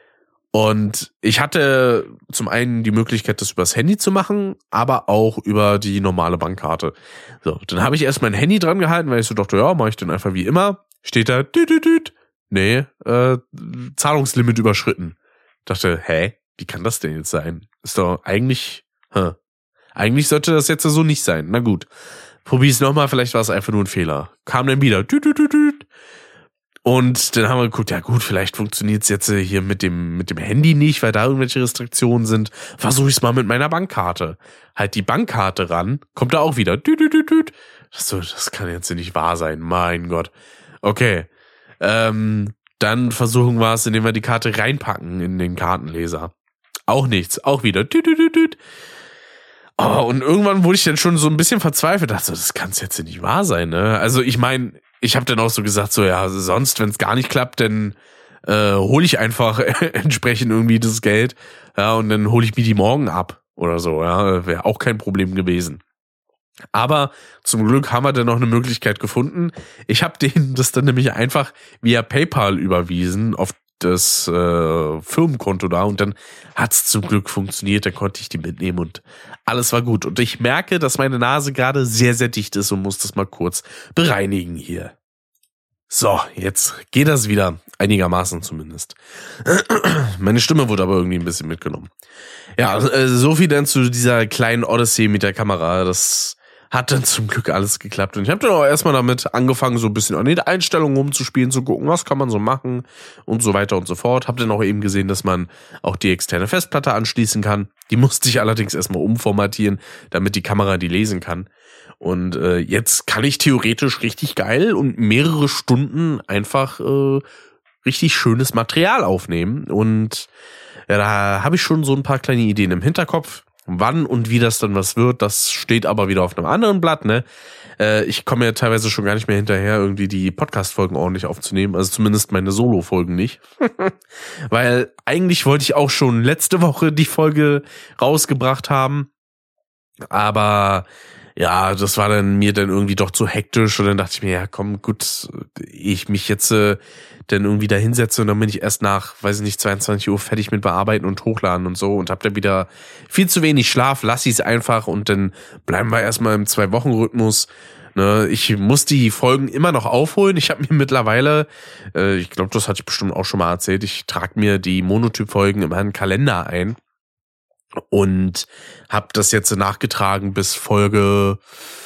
Und ich hatte zum einen die Möglichkeit, das übers Handy zu machen, aber auch über die normale Bankkarte. So, dann habe ich erst mein Handy dran gehalten, weil ich so dachte, ja, mache ich dann einfach wie immer. Steht da, düt, düt, düt. Nee, äh, Zahlungslimit überschritten. Dachte, hä? Wie kann das denn jetzt sein? Ist doch eigentlich, hä? Eigentlich sollte das jetzt so nicht sein. Na gut. Probier's nochmal, vielleicht war es einfach nur ein Fehler. Kam dann wieder. Tüt, tüt, tüt, tüt. Und dann haben wir geguckt, ja gut, vielleicht funktioniert's jetzt hier mit dem, mit dem Handy nicht, weil da irgendwelche Restriktionen sind. Versuche ich's mal mit meiner Bankkarte. Halt die Bankkarte ran, kommt da auch wieder. Tüt, tüt, tüt, tüt. Das, so, das kann jetzt nicht wahr sein. Mein Gott. Okay. Ähm, dann versuchen wir es, indem wir die Karte reinpacken in den Kartenleser. Auch nichts, auch wieder. Tüt, tüt, tüt, tüt. Oh, und irgendwann wurde ich dann schon so ein bisschen verzweifelt. Dachte, das kann es jetzt nicht wahr sein, ne? Also ich meine, ich habe dann auch so gesagt, so ja, sonst, wenn es gar nicht klappt, dann äh, hole ich einfach entsprechend irgendwie das Geld, ja, und dann hole ich mir die morgen ab oder so, ja, wäre auch kein Problem gewesen. Aber zum Glück haben wir dann noch eine Möglichkeit gefunden. Ich habe denen das dann nämlich einfach via PayPal überwiesen auf das äh, Firmenkonto da und dann hat's zum Glück funktioniert, dann konnte ich die mitnehmen und alles war gut. Und ich merke, dass meine Nase gerade sehr, sehr dicht ist und muss das mal kurz bereinigen hier. So, jetzt geht das wieder, einigermaßen zumindest. Meine Stimme wurde aber irgendwie ein bisschen mitgenommen. Ja, äh, so viel dann zu dieser kleinen Odyssee mit der Kamera. Das hat dann zum Glück alles geklappt. Und ich habe dann auch erstmal damit angefangen, so ein bisschen an den Einstellungen rumzuspielen, zu gucken, was kann man so machen und so weiter und so fort. Hab dann auch eben gesehen, dass man auch die externe Festplatte anschließen kann. Die musste ich allerdings erstmal umformatieren, damit die Kamera die lesen kann. Und äh, jetzt kann ich theoretisch richtig geil und mehrere Stunden einfach äh, richtig schönes Material aufnehmen. Und ja, da habe ich schon so ein paar kleine Ideen im Hinterkopf. Wann und wie das dann was wird, das steht aber wieder auf einem anderen Blatt, ne? Äh, ich komme ja teilweise schon gar nicht mehr hinterher, irgendwie die Podcast-Folgen ordentlich aufzunehmen, also zumindest meine Solo-Folgen nicht. Weil eigentlich wollte ich auch schon letzte Woche die Folge rausgebracht haben, aber ja, das war dann mir dann irgendwie doch zu hektisch und dann dachte ich mir, ja komm, gut, ich mich jetzt äh, dann irgendwie da hinsetze und dann bin ich erst nach, weiß ich nicht, zweiundzwanzig Uhr fertig mit Bearbeiten und Hochladen und so und hab dann wieder viel zu wenig Schlaf, lass ich's einfach und dann bleiben wir erstmal im Zwei-Wochen-Rhythmus. Ne, ich muss die Folgen immer noch aufholen. Ich habe mir mittlerweile, äh, ich glaube, das hatte ich bestimmt auch schon mal erzählt, ich trage mir die Monotyp-Folgen in meinen Kalender ein. Und hab das jetzt nachgetragen bis Folge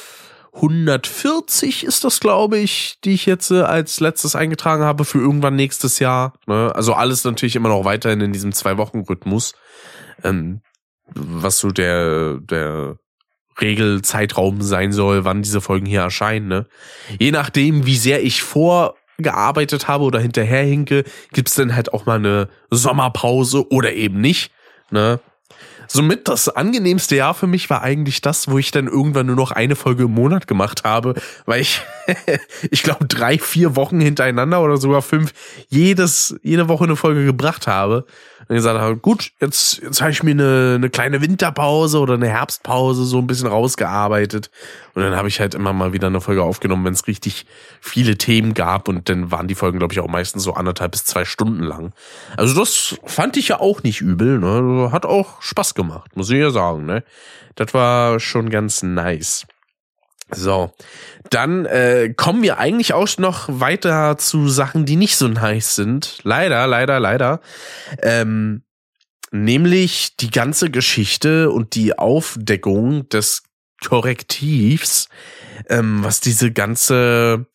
hundertvierzig ist das, glaube ich, die ich jetzt als letztes eingetragen habe für irgendwann nächstes Jahr. Also alles natürlich immer noch weiterhin in diesem Zwei-Wochen-Rhythmus, ähm, was so der der Regelzeitraum sein soll, wann diese Folgen hier erscheinen. Ne? Je nachdem, wie sehr ich vorgearbeitet habe oder hinterherhinke, gibt's dann halt auch mal eine Sommerpause oder eben nicht. Ne? Somit das angenehmste Jahr für mich war eigentlich das, wo ich dann irgendwann nur noch eine Folge im Monat gemacht habe, weil ich, ich glaube, drei, vier Wochen hintereinander oder sogar fünf jedes, jede Woche eine Folge gebracht habe. Und gesagt habe, gut, jetzt, jetzt habe ich mir eine, eine kleine Winterpause oder eine Herbstpause so ein bisschen rausgearbeitet. Und dann habe ich halt immer mal wieder eine Folge aufgenommen, wenn es richtig viele Themen gab. Und dann waren die Folgen, glaube ich, auch meistens so anderthalb bis zwei Stunden lang. Also das fand ich ja auch nicht übel, ne? Hat auch Spaß gemacht, muss ich ja sagen, ne? Das war schon ganz nice. So, dann äh, kommen wir eigentlich auch noch weiter zu Sachen, die nicht so nice sind. Leider, leider, leider. Ähm, nämlich die ganze Geschichte und die Aufdeckung des Korrektivs, ähm, was diese ganze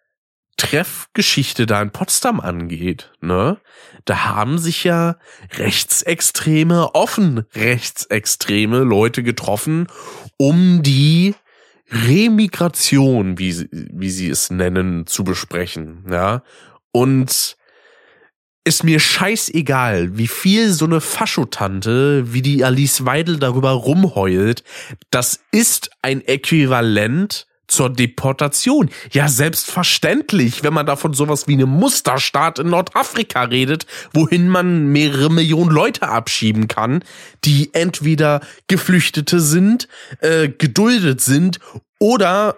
Treffgeschichte da in Potsdam angeht, ne? Da haben sich ja rechtsextreme, offen rechtsextreme Leute getroffen, um die Remigration, wie, wie sie es nennen, zu besprechen, ja. Und ist mir scheißegal, wie viel so eine Faschotante wie die Alice Weidel darüber rumheult. Das ist ein Äquivalent zur Deportation. Ja, selbstverständlich, wenn man davon sowas wie eine Musterstaat in Nordafrika redet, wohin man mehrere Millionen Leute abschieben kann, die entweder Geflüchtete sind, äh, geduldet sind oder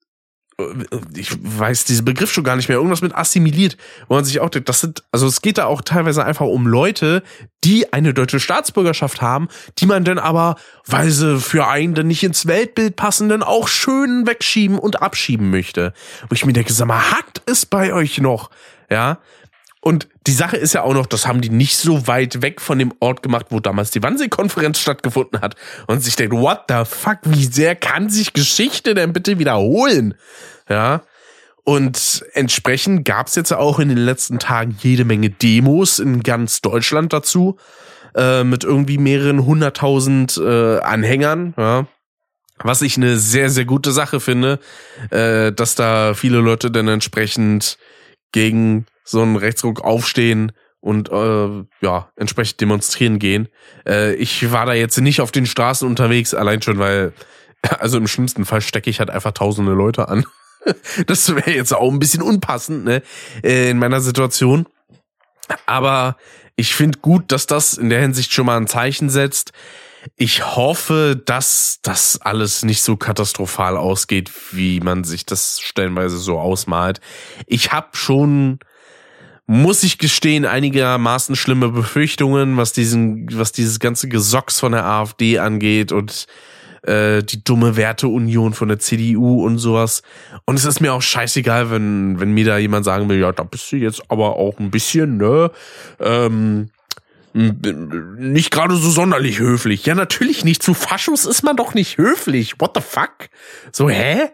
ich weiß diesen Begriff schon gar nicht mehr, irgendwas mit assimiliert, wo man sich auch denkt, das sind, also es geht da auch teilweise einfach um Leute, die eine deutsche Staatsbürgerschaft haben, die man dann aber, weil sie für einen dann nicht ins Weltbild passen, dann auch schön wegschieben und abschieben möchte. Wo ich mir denke, sag mal, hackt es bei euch noch? Ja. Und die Sache ist ja auch noch, das haben die nicht so weit weg von dem Ort gemacht, wo damals die Wannsee-Konferenz stattgefunden hat. Und sich denkt, what the fuck, wie sehr kann sich Geschichte denn bitte wiederholen? Ja. Und entsprechend gab's jetzt auch in den letzten Tagen jede Menge Demos in ganz Deutschland dazu, äh, mit irgendwie mehreren hunderttausend äh, Anhängern, ja. Was ich eine sehr, sehr gute Sache finde, äh, dass da viele Leute dann entsprechend gegen so einen Rechtsruck aufstehen und äh, ja, entsprechend demonstrieren gehen. Äh, ich war da jetzt nicht auf den Straßen unterwegs, allein schon, weil, also im schlimmsten Fall stecke ich halt einfach tausende Leute an. Das wäre jetzt auch ein bisschen unpassend, ne, in meiner Situation. Aber ich finde gut, dass das in der Hinsicht schon mal ein Zeichen setzt. Ich hoffe, dass das alles nicht so katastrophal ausgeht, wie man sich das stellenweise so ausmalt. Ich habe schon, muss ich gestehen, einigermaßen schlimme Befürchtungen, was diesen, was dieses ganze Gesocks von der AfD angeht und äh, die dumme Werteunion von der C D U und sowas. Und es ist mir auch scheißegal, wenn wenn mir da jemand sagen will, ja, da bist du jetzt aber auch ein bisschen, ne, ähm, nicht gerade so sonderlich höflich. Ja, natürlich nicht. Zu Faschos ist man doch nicht höflich. What the fuck? So, hä?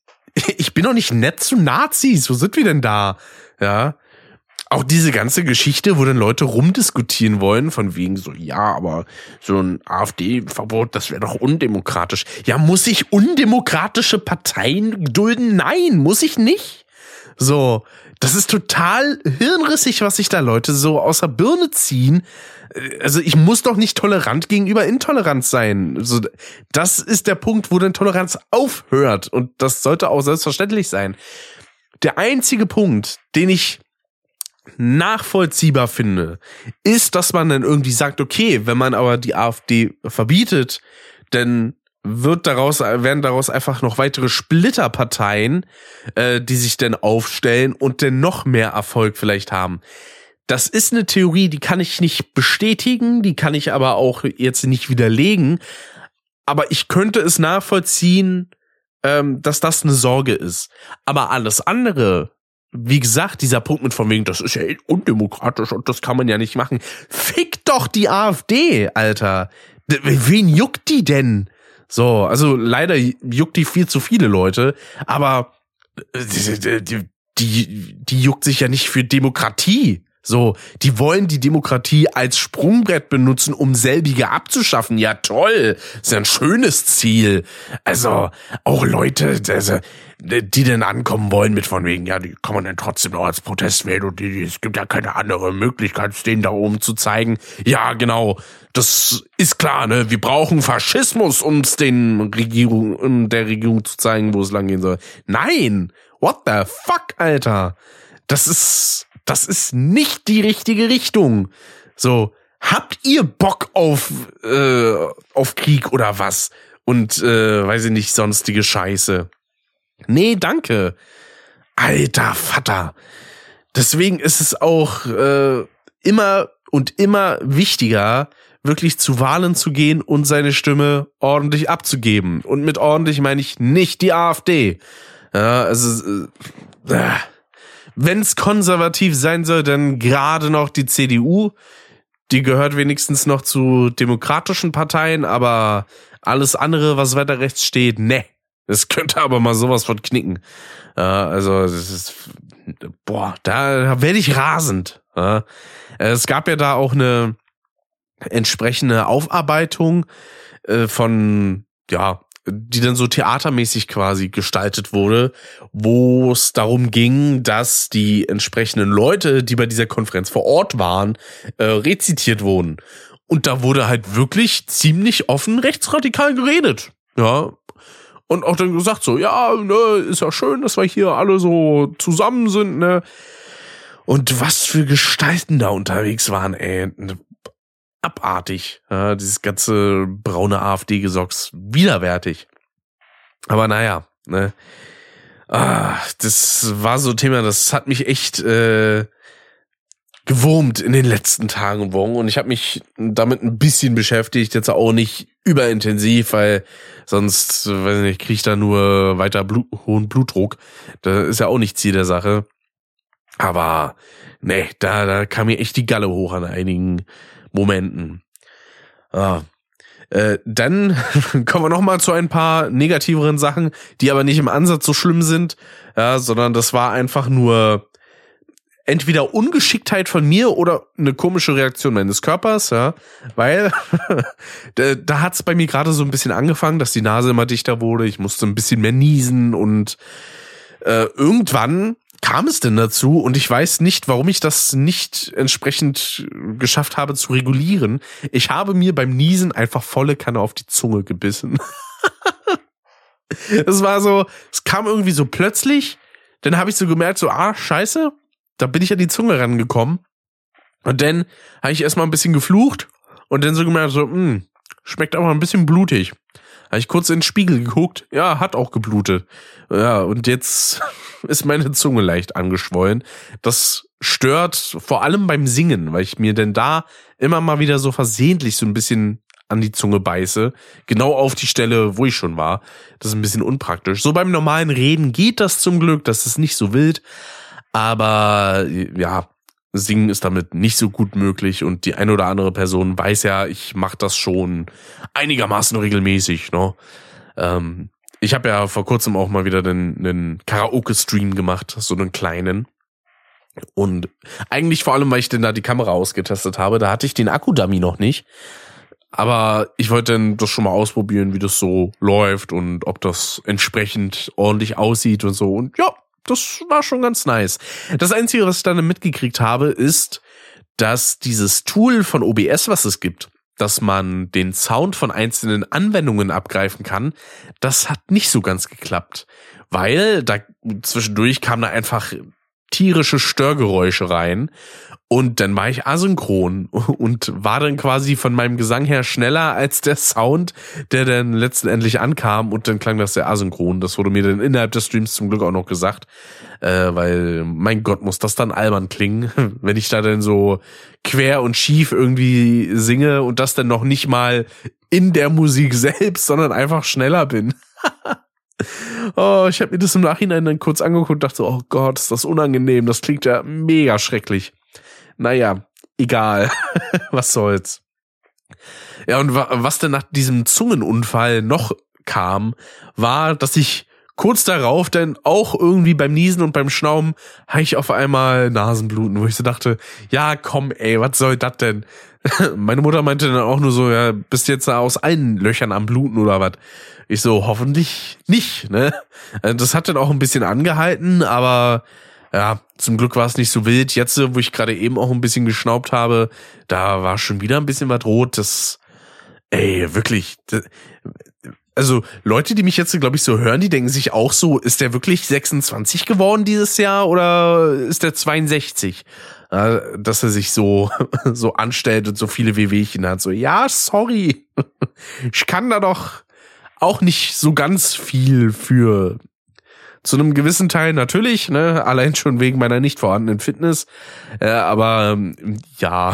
Ich bin doch nicht nett zu Nazis. Wo sind wir denn da? Ja. Auch diese ganze Geschichte, wo dann Leute rumdiskutieren wollen, von wegen so, ja, aber so ein AfD-Verbot, das wäre doch undemokratisch. Ja, muss ich undemokratische Parteien dulden? Nein, muss ich nicht. So, das ist total hirnrissig, was sich da Leute so aus der Birne ziehen. Also ich muss doch nicht tolerant gegenüber Intoleranz sein. Also das ist der Punkt, wo dann Toleranz aufhört. Und das sollte auch selbstverständlich sein. Der einzige Punkt, den ich nachvollziehbar finde, ist, dass man dann irgendwie sagt, okay, wenn man aber die AfD verbietet, dann wird daraus, werden daraus einfach noch weitere Splitterparteien, äh, die sich dann aufstellen und dann noch mehr Erfolg vielleicht haben. Das ist eine Theorie, die kann ich nicht bestätigen, die kann ich aber auch jetzt nicht widerlegen. Aber ich könnte es nachvollziehen, ähm, dass das eine Sorge ist. Aber alles andere, wie gesagt, dieser Punkt mit von wegen, das ist ja undemokratisch und das kann man ja nicht machen. Fick doch die AfD, Alter. Wen juckt die denn? So, also leider juckt die viel zu viele Leute, aber die, die, die, die juckt sich ja nicht für Demokratie. So, die wollen die Demokratie als Sprungbrett benutzen, um selbige abzuschaffen. Ja, toll. Ist ja ein schönes Ziel. Also, auch Leute, also, die denn ankommen wollen mit von wegen, ja, die kann man dann trotzdem noch als Protest wählen und die, es gibt ja keine andere Möglichkeit, es denen da oben zu zeigen. Ja, genau. Das ist klar, ne? Wir brauchen Faschismus, um es den Regierung, um der Regierung zu zeigen, wo es langgehen soll. Nein! What the fuck, Alter? Das ist, das ist nicht die richtige Richtung. So, habt ihr Bock auf, äh, auf Krieg oder was? Und, äh, weiß ich nicht, sonstige Scheiße. Nee, danke. Alter Vater. Deswegen ist es auch, äh, immer und immer wichtiger, wirklich zu Wahlen zu gehen und seine Stimme ordentlich abzugeben. Und mit ordentlich meine ich nicht die AfD. Ja, also, äh, wenn es konservativ sein soll, dann gerade noch die C D U. Die gehört wenigstens noch zu demokratischen Parteien, aber alles andere, was weiter rechts steht, ne. Das könnte aber mal sowas von knicken. Ja, also, das ist, boah, da werde ich rasend. Ja. Es gab ja da auch eine entsprechende Aufarbeitung äh, von, ja, die dann so theatermäßig quasi gestaltet wurde, wo es darum ging, dass die entsprechenden Leute, die bei dieser Konferenz vor Ort waren, äh, rezitiert wurden. Und da wurde halt wirklich ziemlich offen rechtsradikal geredet. Ja. Und auch dann gesagt so, ja, ne, ist ja schön, dass wir hier alle so zusammen sind, ne. Und was für Gestalten da unterwegs waren, ey. Abartig. Ja, dieses ganze braune AfD-Gesocks. Widerwärtig. Aber naja, ne. Ah, das war so ein Thema, das hat mich echt äh, gewurmt in den letzten Tagen und Wochen. Und ich habe mich damit ein bisschen beschäftigt, jetzt auch nicht überintensiv, weil sonst, weiß ich nicht, kriege ich da nur weiter Blut, hohen Blutdruck. Das ist ja auch nicht Ziel der Sache. Aber nee, da, da kam mir echt die Galle hoch an einigen Momenten. Ah. Äh, dann kommen wir noch mal zu ein paar negativeren Sachen, die aber nicht im Ansatz so schlimm sind, ja, sondern das war einfach nur entweder Ungeschicktheit von mir oder eine komische Reaktion meines Körpers, ja, weil da, da hat's bei mir gerade so ein bisschen angefangen, dass die Nase immer dichter wurde, ich musste ein bisschen mehr niesen und äh, irgendwann kam es denn dazu und ich weiß nicht, warum ich das nicht entsprechend geschafft habe zu regulieren. Ich habe mir beim Niesen einfach volle Kanne auf die Zunge gebissen. Es war so, es kam irgendwie so plötzlich, dann habe ich so gemerkt, so, ah, scheiße, da bin ich an die Zunge rangekommen. Und dann habe ich erstmal ein bisschen geflucht und dann so gemerkt, so, mh, schmeckt aber ein bisschen blutig. Habe ich kurz in den Spiegel geguckt, ja, hat auch geblutet. Ja, und jetzt ist meine Zunge leicht angeschwollen. Das stört vor allem beim Singen, weil ich mir denn da immer mal wieder so versehentlich so ein bisschen an die Zunge beiße. Genau auf die Stelle, wo ich schon war. Das ist ein bisschen unpraktisch. So beim normalen Reden geht das zum Glück, das ist nicht so wild. Aber ja, Singen ist damit nicht so gut möglich und die eine oder andere Person weiß ja, ich mache das schon einigermaßen regelmäßig, ne? Ähm, ich habe ja vor kurzem auch mal wieder den, den Karaoke-Stream gemacht, so einen kleinen. Und eigentlich vor allem, weil ich denn da die Kamera ausgetestet habe, da hatte ich den Akku-Dummy noch nicht. Aber ich wollte dann das schon mal ausprobieren, wie das so läuft und ob das entsprechend ordentlich aussieht und so. Und ja, das war schon ganz nice. Das Einzige, was ich dann mitgekriegt habe, ist, dass dieses Tool von O B S, was es gibt, dass man den Sound von einzelnen Anwendungen abgreifen kann, das hat nicht so ganz geklappt. Weil da zwischendurch kamen da einfach tierische Störgeräusche rein. Und dann war ich asynchron und war dann quasi von meinem Gesang her schneller als der Sound, der dann letztendlich ankam, und dann klang das sehr asynchron. Das wurde mir dann innerhalb des Streams zum Glück auch noch gesagt, äh, weil, mein Gott, muss das dann albern klingen, wenn ich da dann so quer und schief irgendwie singe und das dann noch nicht mal in der Musik selbst, sondern einfach schneller bin. Oh, ich habe mir das im Nachhinein dann kurz angeguckt und dachte so, oh Gott, ist das unangenehm, das klingt ja mega schrecklich. Naja, egal. Was soll's. Ja, und wa- was denn nach diesem Zungenunfall noch kam, war, dass ich kurz darauf dann auch irgendwie beim Niesen und beim Schnauben habe ich auf einmal Nasenbluten, wo ich so dachte, ja komm ey, was soll das denn? Meine Mutter meinte dann auch nur so, ja, bist jetzt da aus allen Löchern am Bluten oder was? Ich so, hoffentlich nicht, ne? Das hat dann auch ein bisschen angehalten, aber ja, zum Glück war es nicht so wild. Jetzt, wo ich gerade eben auch ein bisschen geschnaubt habe, da war schon wieder ein bisschen was rot. Das, ey, wirklich. Das, also Leute, die mich jetzt, glaube ich, so hören, die denken sich auch so, ist der wirklich sechsundzwanzig geworden dieses Jahr oder ist der zweiundsechzig? Dass er sich so so anstellt und so viele Wehwehchen hat. So, ja, sorry. Ich kann da doch auch nicht so ganz viel für. Zu einem gewissen Teil natürlich, ne, allein schon wegen meiner nicht vorhandenen Fitness, äh, aber ja,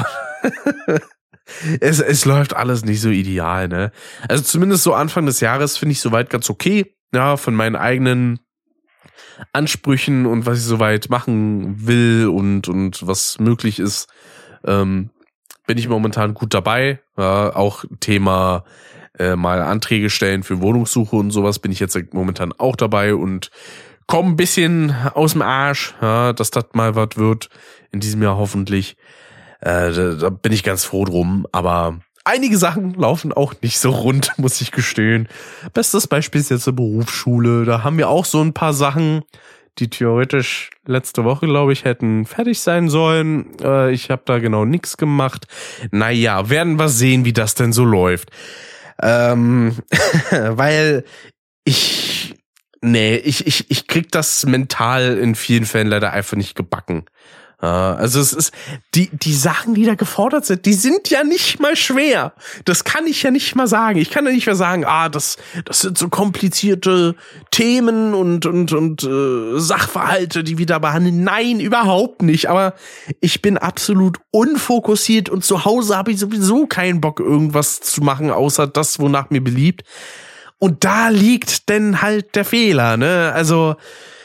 es es läuft alles nicht so ideal, ne. Also zumindest so Anfang des Jahres finde ich soweit ganz okay, ja, von meinen eigenen Ansprüchen und was ich soweit machen will und und was möglich ist, ähm, bin ich momentan gut dabei, ja, auch Thema Äh, mal Anträge stellen für Wohnungssuche und sowas bin ich jetzt momentan auch dabei und komme ein bisschen aus dem Arsch, ja, dass das mal was wird in diesem Jahr hoffentlich. Äh, da, da bin ich ganz froh drum, aber einige Sachen laufen auch nicht so rund, muss ich gestehen. Bestes Beispiel ist jetzt die Berufsschule, da haben wir auch so ein paar Sachen, die theoretisch letzte Woche, glaube ich, hätten fertig sein sollen. Äh, ich habe da genau nichts gemacht. Naja, werden wir sehen, wie das denn so läuft. Ähm, weil ich, nee, ich, ich, ich krieg das mental in vielen Fällen leider einfach nicht gebacken. Äh, also es ist, die, die Sachen, die da gefordert sind, die sind ja nicht mal schwer. Das kann ich ja nicht mal sagen. Ich kann ja nicht mal sagen, ah, das, das sind so komplizierte Themen und, und, und, äh, Sachverhalte, die wir da behandeln. Nein, überhaupt nicht. Aber ich bin absolut unfokussiert und zu Hause habe ich sowieso keinen Bock, irgendwas zu machen, außer das, wonach mir beliebt. Und da liegt denn halt der Fehler, ne? Also,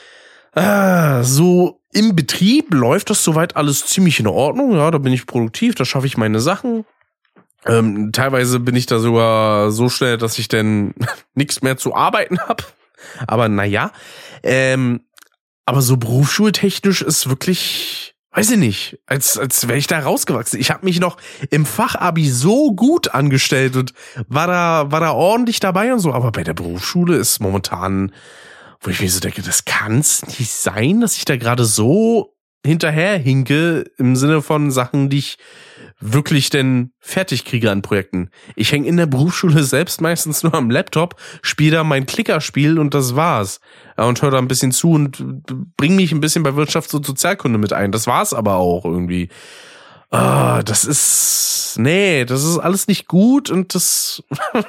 äh, so im Betrieb läuft das soweit alles ziemlich in Ordnung. Ja, da bin ich produktiv, da schaffe ich meine Sachen. Ähm, teilweise bin ich da sogar so schnell, dass ich dann nichts mehr zu arbeiten habe. Aber naja, ähm, aber so berufsschultechnisch ist wirklich, weiß ich nicht, als als wäre ich da rausgewachsen. Ich habe mich noch im Fachabi so gut angestellt und war da war da ordentlich dabei und so. Aber bei der Berufsschule ist momentan, wo ich mir so denke, das kann's nicht sein, dass ich da gerade so hinterherhinke im Sinne von Sachen, die ich wirklich denn fertig kriege an Projekten. Ich hänge in der Berufsschule selbst meistens nur am Laptop, spiele da mein Klickerspiel und das war's. Ja, und höre da ein bisschen zu und bring mich ein bisschen bei Wirtschafts- und Sozialkunde mit ein. Das war's aber auch irgendwie. Ah, das ist, nee, das ist alles nicht gut und das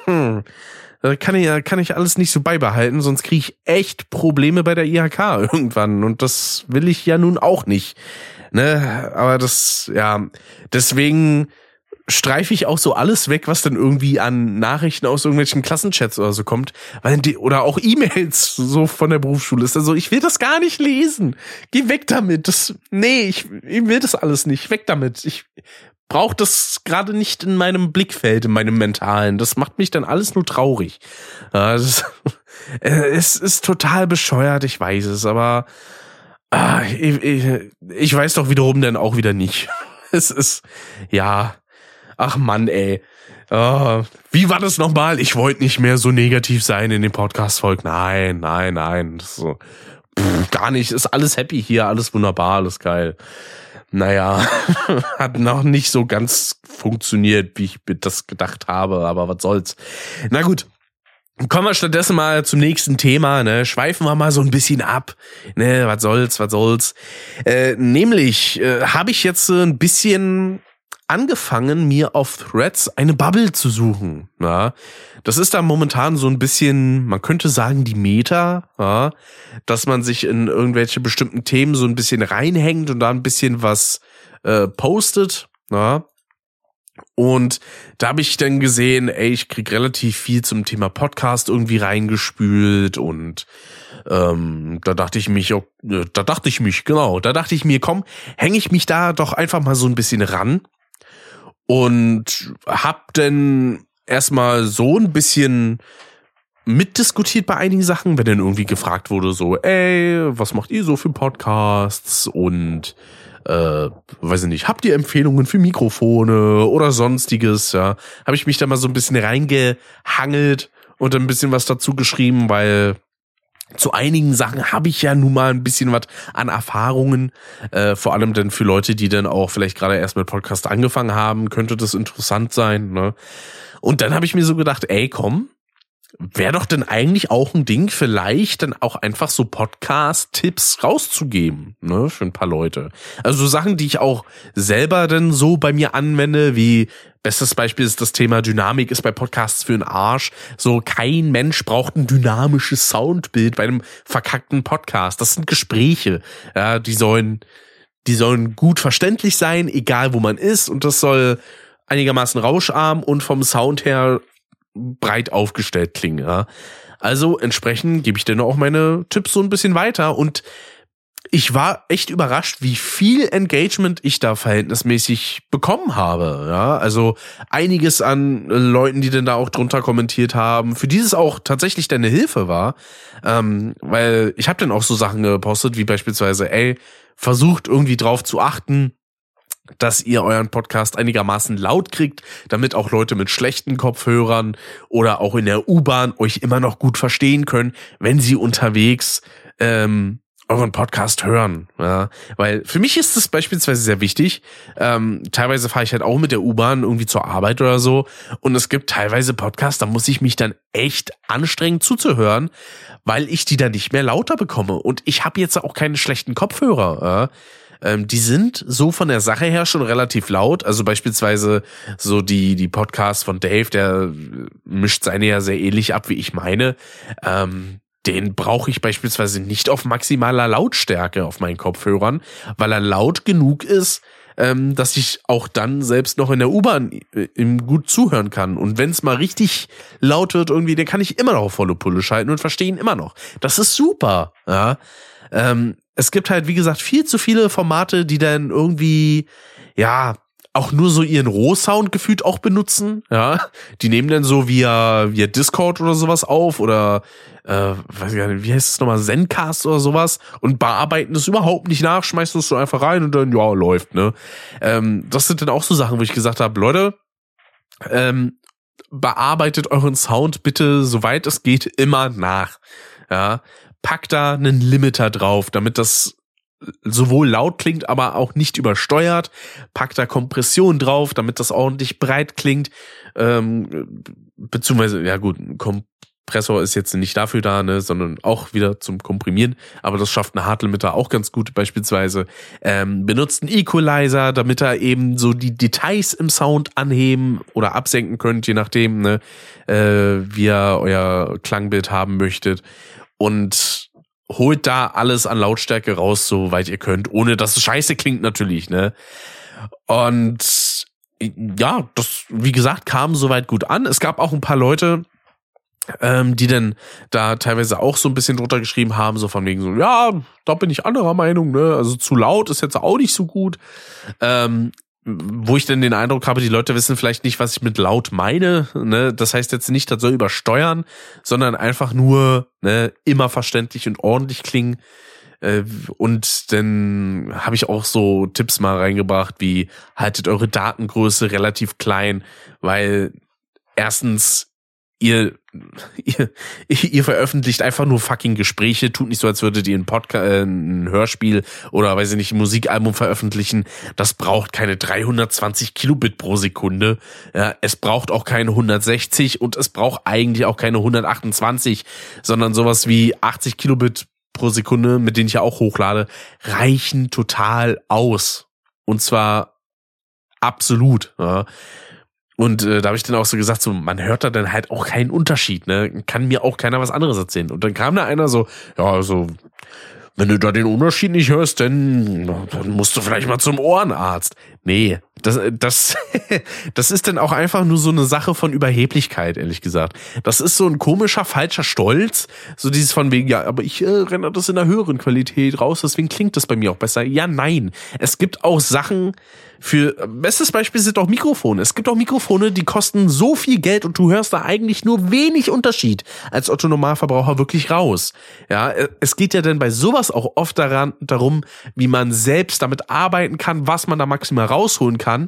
kann ich, kann ich alles nicht so beibehalten, sonst kriege ich echt Probleme bei der I H K irgendwann und das will ich ja nun auch nicht. Ne, aber das, ja, deswegen streife ich auch so alles weg, was dann irgendwie an Nachrichten aus irgendwelchen Klassenchats oder so kommt, weil die, oder auch E-Mails so von der Berufsschule ist dann so, ich will das gar nicht lesen. Geh weg damit. Das, nee, ich, ich will das alles nicht. Weg damit. Ich brauche das gerade nicht in meinem Blickfeld, in meinem Mentalen. Das macht mich dann alles nur traurig. Ja, das, es ist total bescheuert, ich weiß es, aber ah, ich, ich, ich weiß doch wiederum dann auch wieder nicht. Es ist, ja, ach Mann, ey. Oh, wie war das nochmal? Ich wollte nicht mehr so negativ sein in dem Podcast-Volk. Nein, nein, nein. Das ist so, pff, gar nicht. Ist alles happy hier, alles wunderbar, alles geil. Naja, hat noch nicht so ganz funktioniert, wie ich das gedacht habe, aber was soll's. Na gut. Kommen wir stattdessen mal zum nächsten Thema, ne? Schweifen wir mal so ein bisschen ab, ne? Was soll's, was soll's. Äh, nämlich äh, habe ich jetzt äh, ein bisschen angefangen, mir auf Threads eine Bubble zu suchen. Ja? Das ist da momentan so ein bisschen, man könnte sagen, die Meta, ja? Dass man sich in irgendwelche bestimmten Themen so ein bisschen reinhängt und da ein bisschen was äh, postet. Ja? Und da habe ich dann gesehen, ey, ich krieg relativ viel zum Thema Podcast irgendwie reingespült und ähm, da dachte ich mich, oh, da dachte ich mich, genau, da dachte ich mir, komm, hänge ich mich da doch einfach mal so ein bisschen ran und hab dann erstmal so ein bisschen mitdiskutiert bei einigen Sachen, wenn dann irgendwie gefragt wurde, so, ey, was macht ihr so für Podcasts und Äh, weiß ich nicht, habt ihr Empfehlungen für Mikrofone oder sonstiges, ja, habe ich mich da mal so ein bisschen reingehangelt und ein bisschen was dazu geschrieben, weil zu einigen Sachen habe ich ja nun mal ein bisschen was an Erfahrungen, äh, vor allem dann für Leute, die dann auch vielleicht gerade erst mit Podcast angefangen haben, könnte das interessant sein, ne? Und dann habe ich mir so gedacht, ey, komm, wäre doch denn eigentlich auch ein Ding, vielleicht dann auch einfach so Podcast-Tipps rauszugeben, ne, für ein paar Leute. Also so Sachen, die ich auch selber dann so bei mir anwende, wie bestes Beispiel ist das Thema Dynamik ist bei Podcasts für den Arsch. So, kein Mensch braucht ein dynamisches Soundbild bei einem verkackten Podcast. Das sind Gespräche, ja, die sollen, die sollen gut verständlich sein, egal wo man ist, und das soll einigermaßen rauscharm und vom Sound her breit aufgestellt klingen, ja. Also entsprechend gebe ich dann auch meine Tipps so ein bisschen weiter und ich war echt überrascht, wie viel Engagement ich da verhältnismäßig bekommen habe, ja. Also einiges an Leuten, die dann da auch drunter kommentiert haben, für die es auch tatsächlich dann eine Hilfe war, ähm, weil ich habe dann auch so Sachen gepostet, wie beispielsweise, ey, versucht irgendwie drauf zu achten, dass ihr euren Podcast einigermaßen laut kriegt, damit auch Leute mit schlechten Kopfhörern oder auch in der U-Bahn euch immer noch gut verstehen können, wenn sie unterwegs ähm, euren Podcast hören. Ja, weil für mich ist das beispielsweise sehr wichtig. Ähm, teilweise fahre ich halt auch mit der U-Bahn irgendwie zur Arbeit oder so und es gibt teilweise Podcasts, da muss ich mich dann echt anstrengen zuzuhören, weil ich die dann nicht mehr lauter bekomme. Und ich habe jetzt auch keine schlechten Kopfhörer, ja. Ähm, die sind so von der Sache her schon relativ laut. Also beispielsweise so die die Podcasts von Dave, der mischt seine ja sehr ähnlich ab wie ich meine. Ähm, den brauche ich beispielsweise nicht auf maximaler Lautstärke auf meinen Kopfhörern, weil er laut genug ist, ähm, dass ich auch dann selbst noch in der U-Bahn ihm gut zuhören kann. Und wenn es mal richtig laut wird irgendwie, dann kann ich immer noch auf volle Pulle schalten und verstehen immer noch. Das ist super, ja. Ähm, es gibt halt, wie gesagt, viel zu viele Formate, die dann irgendwie, ja, auch nur so ihren Rohsound gefühlt auch benutzen, ja. Die nehmen dann so via, via Discord oder sowas auf oder, äh, weiß ich gar nicht, wie heißt es nochmal, Zencast oder sowas und bearbeiten das überhaupt nicht nach, schmeißen das so einfach rein und dann, ja, läuft, ne. Ähm, das sind dann auch so Sachen, wo ich gesagt habe, Leute, ähm, bearbeitet euren Sound bitte, soweit es geht, immer nach, ja. Packt da einen Limiter drauf, damit das sowohl laut klingt, aber auch nicht übersteuert. Packt da Kompression drauf, damit das ordentlich breit klingt. Ähm, beziehungsweise, ja gut, ein Kompressor ist jetzt nicht dafür da, ne, sondern auch wieder zum Komprimieren. Aber das schafft ein Hard-Limiter auch ganz gut beispielsweise. Ähm, benutzt einen Equalizer, damit er eben so die Details im Sound anheben oder absenken könnt, je nachdem, ne, äh, wie ihr euer Klangbild haben möchtet. Und holt da alles an Lautstärke raus, soweit ihr könnt, ohne dass es scheiße klingt natürlich, ne? Und ja, das, wie gesagt, kam soweit gut an. Es gab auch ein paar Leute, ähm, die dann da teilweise auch so ein bisschen drunter geschrieben haben, so von wegen so, ja, da bin ich anderer Meinung, ne? Also zu laut ist jetzt auch nicht so gut. Ähm, wo ich dann den Eindruck habe, die Leute wissen vielleicht nicht, was ich mit laut meine, ne? Das heißt jetzt nicht, das soll übersteuern, sondern einfach nur, ne, immer verständlich und ordentlich klingen. Äh, und dann habe ich auch so Tipps mal reingebracht, wie haltet eure Datengröße relativ klein, weil erstens Ihr, ihr, ihr veröffentlicht einfach nur fucking Gespräche, tut nicht so, als würdet ihr ein Podcast, äh, ein Hörspiel oder, weiß ich nicht, ein Musikalbum veröffentlichen. Das braucht keine dreihundertzwanzig Kilobit pro Sekunde. Ja, es braucht auch keine hundertsechzig und es braucht eigentlich auch keine hundertachtundzwanzig, sondern sowas wie achtzig Kilobit pro Sekunde, mit denen ich ja auch hochlade, reichen total aus. Und zwar absolut, ja. Und äh, da habe ich dann auch so gesagt, so man hört da dann halt auch keinen Unterschied, ne? Kann mir auch keiner was anderes erzählen. Und dann kam da einer so, ja, also wenn du da den Unterschied nicht hörst, dann, dann musst du vielleicht mal zum Ohrenarzt. Nee, das das das ist dann auch einfach nur so eine Sache von Überheblichkeit, ehrlich gesagt. Das ist so ein komischer, falscher Stolz, so dieses von wegen, ja, aber ich äh, renne das in einer höheren Qualität raus, deswegen klingt das bei mir auch besser. Ja, nein, es gibt auch Sachen, für bestes Beispiel sind auch Mikrofone. Es gibt auch Mikrofone, die kosten so viel Geld und du hörst da eigentlich nur wenig Unterschied als Otto-Normalverbraucher wirklich raus. Ja, es geht ja dann bei sowas auch oft daran, darum, wie man selbst damit arbeiten kann, was man da maximal rausholen kann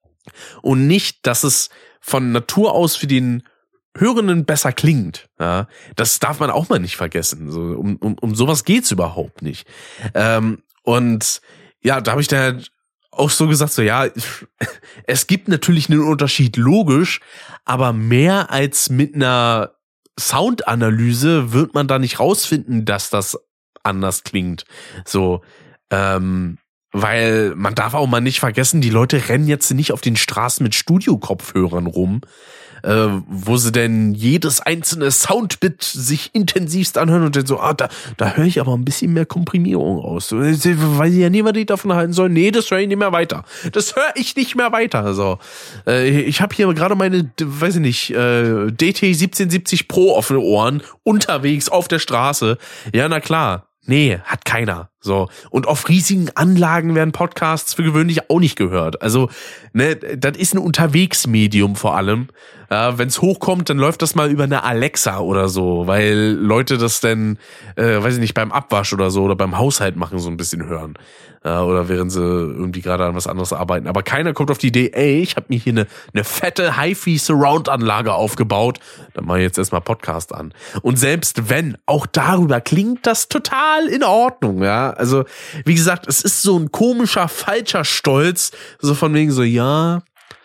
und nicht, dass es von Natur aus für den Hörenden besser klingt. Ja, das darf man auch mal nicht vergessen. So, um, um, um sowas geht's überhaupt nicht. Ähm, und ja, da habe ich dann auch so gesagt, so ja, es gibt natürlich einen Unterschied, logisch, aber mehr als mit einer Soundanalyse wird man da nicht rausfinden, dass das anders klingt. So, ähm, weil man darf auch mal nicht vergessen, die Leute rennen jetzt nicht auf den Straßen mit Studio-Kopfhörern rum, äh, wo sie denn jedes einzelne Soundbit sich intensivst anhören und dann so, ah, da, da höre ich aber ein bisschen mehr Komprimierung raus. Weil sie ja nie, was die davon halten sollen. Nee, das höre ich nicht mehr weiter. Das höre ich nicht mehr weiter. So, äh, ich habe hier gerade meine, weiß ich nicht, äh, D T siebzehn siebzig Pro auf den Ohren, unterwegs auf der Straße. Ja, na klar. Nee, hat keiner. So. Und auf riesigen Anlagen werden Podcasts für gewöhnlich auch nicht gehört. Also, ne, das ist ein Unterwegsmedium vor allem. Ja, wenn's hochkommt, dann läuft das mal über eine Alexa oder so, weil Leute das dann, äh, weiß ich nicht, beim Abwasch oder so oder beim Haushalt machen so ein bisschen hören. Ja, oder während sie irgendwie gerade an was anderes arbeiten. Aber keiner kommt auf die Idee, ey, ich habe mir hier eine, eine fette Hi-Fi-Surround-Anlage aufgebaut. Dann mache ich jetzt erstmal Podcast an. Und selbst wenn, auch darüber klingt das total in Ordnung, ja. Also, wie gesagt, es ist so ein komischer, falscher Stolz, so von wegen so, ja,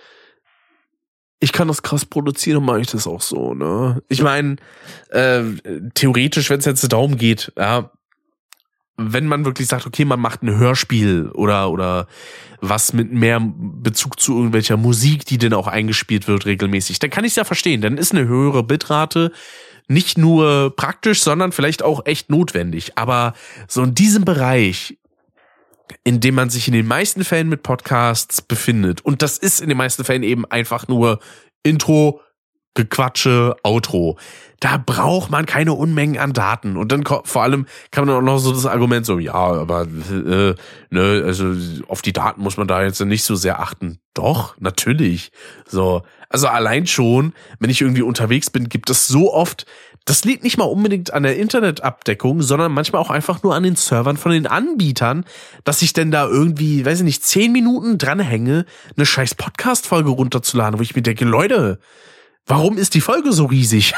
ich kann das krass produzieren, dann mache ich das auch so, ne? Ich meine, äh, theoretisch, wenn es jetzt darum geht, ja, wenn man wirklich sagt, okay, man macht ein Hörspiel oder oder was mit mehr Bezug zu irgendwelcher Musik, die denn auch eingespielt wird regelmäßig, dann kann ich es ja verstehen. Dann ist eine höhere Bitrate nicht nur praktisch, sondern vielleicht auch echt notwendig. Aber so in diesem Bereich, in dem man sich in den meisten Fällen mit Podcasts befindet, und das ist in den meisten Fällen eben einfach nur Intro, Gequatsche, Outro. Da braucht man keine Unmengen an Daten. Und dann vor allem kann man auch noch so das Argument so, ja, aber äh, ne, also auf die Daten muss man da jetzt nicht so sehr achten. Doch, natürlich. So, also allein schon, wenn ich irgendwie unterwegs bin, gibt es so oft, das liegt nicht mal unbedingt an der Internetabdeckung, sondern manchmal auch einfach nur an den Servern von den Anbietern, dass ich denn da irgendwie, weiß ich nicht, zehn Minuten dranhänge, eine scheiß Podcast-Folge runterzuladen, wo ich mir denke, Leute, warum ist die Folge so riesig?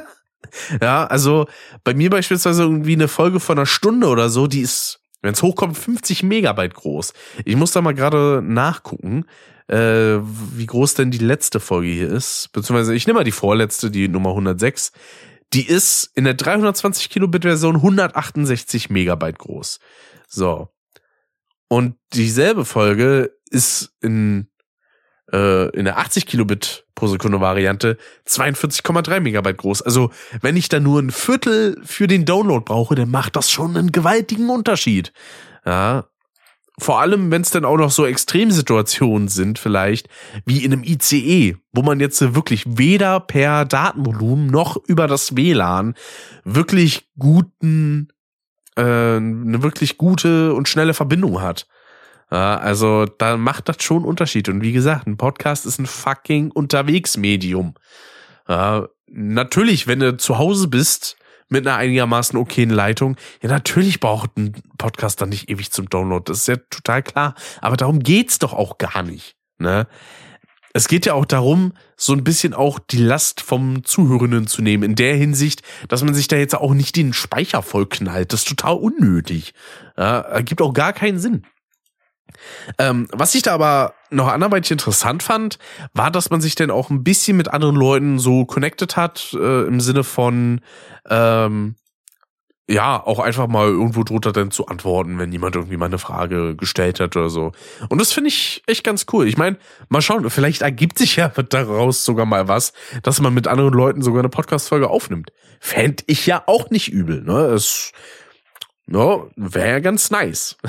Ja, also bei mir beispielsweise irgendwie eine Folge von einer Stunde oder so, die ist, wenn es hochkommt, fünfzig Megabyte groß. Ich muss da mal gerade nachgucken, äh, wie groß denn die letzte Folge hier ist. Beziehungsweise ich nehme mal die vorletzte, die Nummer hundertsechs. Die ist in der dreihundertzwanzig Kilobit Version hundertachtundsechzig Megabyte groß. So. Und dieselbe Folge ist in äh, in der achtzig Kilobit pro Sekunde Variante zweiundvierzig Komma drei Megabyte groß. Also wenn ich da nur ein Viertel für den Download brauche, dann macht das schon einen gewaltigen Unterschied. Ja. vor allem, wenn es dann auch noch so Extremsituationen sind vielleicht, wie in einem I C E, wo man jetzt wirklich weder per Datenvolumen noch über das W L A N wirklich guten, äh, eine wirklich gute und schnelle Verbindung hat. Ja, also da macht das schon einen Unterschied. Und wie gesagt, ein Podcast ist ein fucking Unterwegsmedium. Ja, natürlich, wenn du zu Hause bist mit einer einigermaßen okayen Leitung, ja, natürlich braucht ein Podcast dann nicht ewig zum Download. Das ist ja total klar. Aber darum geht's doch auch gar nicht, ne? Es geht ja auch darum, so ein bisschen auch die Last vom Zuhörenden zu nehmen. In der Hinsicht, dass man sich da jetzt auch nicht den Speicher vollknallt. Das ist total unnötig. Ja, ergibt auch gar keinen Sinn. Ähm, was ich da aber noch anderweitig interessant fand, war, dass man sich dann auch ein bisschen mit anderen Leuten so connected hat, äh, im Sinne von, ähm, ja, auch einfach mal irgendwo drunter dann zu antworten, wenn jemand irgendwie mal eine Frage gestellt hat oder so. Und das finde ich echt ganz cool. Ich meine, mal schauen, vielleicht ergibt sich ja daraus sogar mal was, dass man mit anderen Leuten sogar eine Podcast-Folge aufnimmt. Fänd ich ja auch nicht übel, ne? Es, no, wäre ja ganz nice.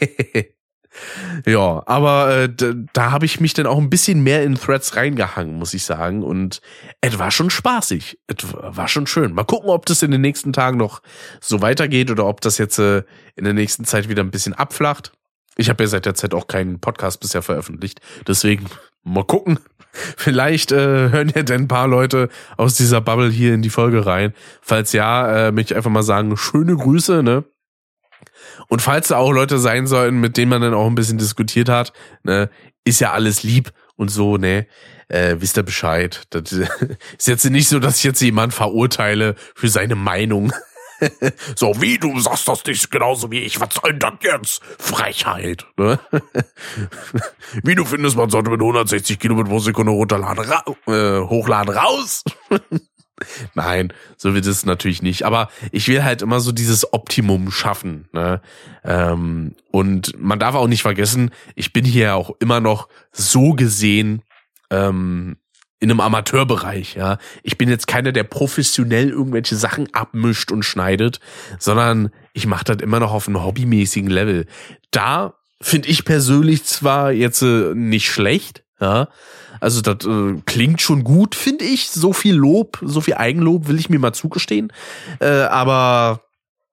Ja, aber äh, da, da habe ich mich dann auch ein bisschen mehr in Threads reingehangen, muss ich sagen. Und es war schon spaßig. Es war schon schön. Mal gucken, ob das in den nächsten Tagen noch so weitergeht oder ob das jetzt äh, in der nächsten Zeit wieder ein bisschen abflacht. Ich habe ja seit der Zeit auch keinen Podcast bisher veröffentlicht. Deswegen mal gucken. Vielleicht äh, hören ja dann ein paar Leute aus dieser Bubble hier in die Folge rein. Falls ja, äh, möchte ich einfach mal sagen, schöne Grüße, ne? Und falls da auch Leute sein sollten, mit denen man dann auch ein bisschen diskutiert hat, ne, ist ja alles lieb und so, ne, äh, wisst ihr Bescheid. Das ist jetzt nicht so, dass ich jetzt jemanden verurteile für seine Meinung. So, wie, du sagst das nicht genauso wie ich, was soll denn das jetzt? Frechheit, ne? Wie, du findest, man sollte mit hundertsechzig Kilometer pro Sekunde runterladen, ra- äh, hochladen, raus? Nein, so wird es natürlich nicht. Aber ich will halt immer so dieses Optimum schaffen, ne? Ähm, und man darf auch nicht vergessen, ich bin hier auch immer noch so gesehen ähm, in einem Amateurbereich, ja. Ich bin jetzt keiner, der professionell irgendwelche Sachen abmischt und schneidet, sondern ich mache das immer noch auf einem hobbymäßigen Level. Da finde ich persönlich zwar jetzt äh, nicht schlecht, ja. Also das äh, klingt schon gut, finde ich. So viel Lob, so viel Eigenlob will ich mir mal zugestehen. Äh, aber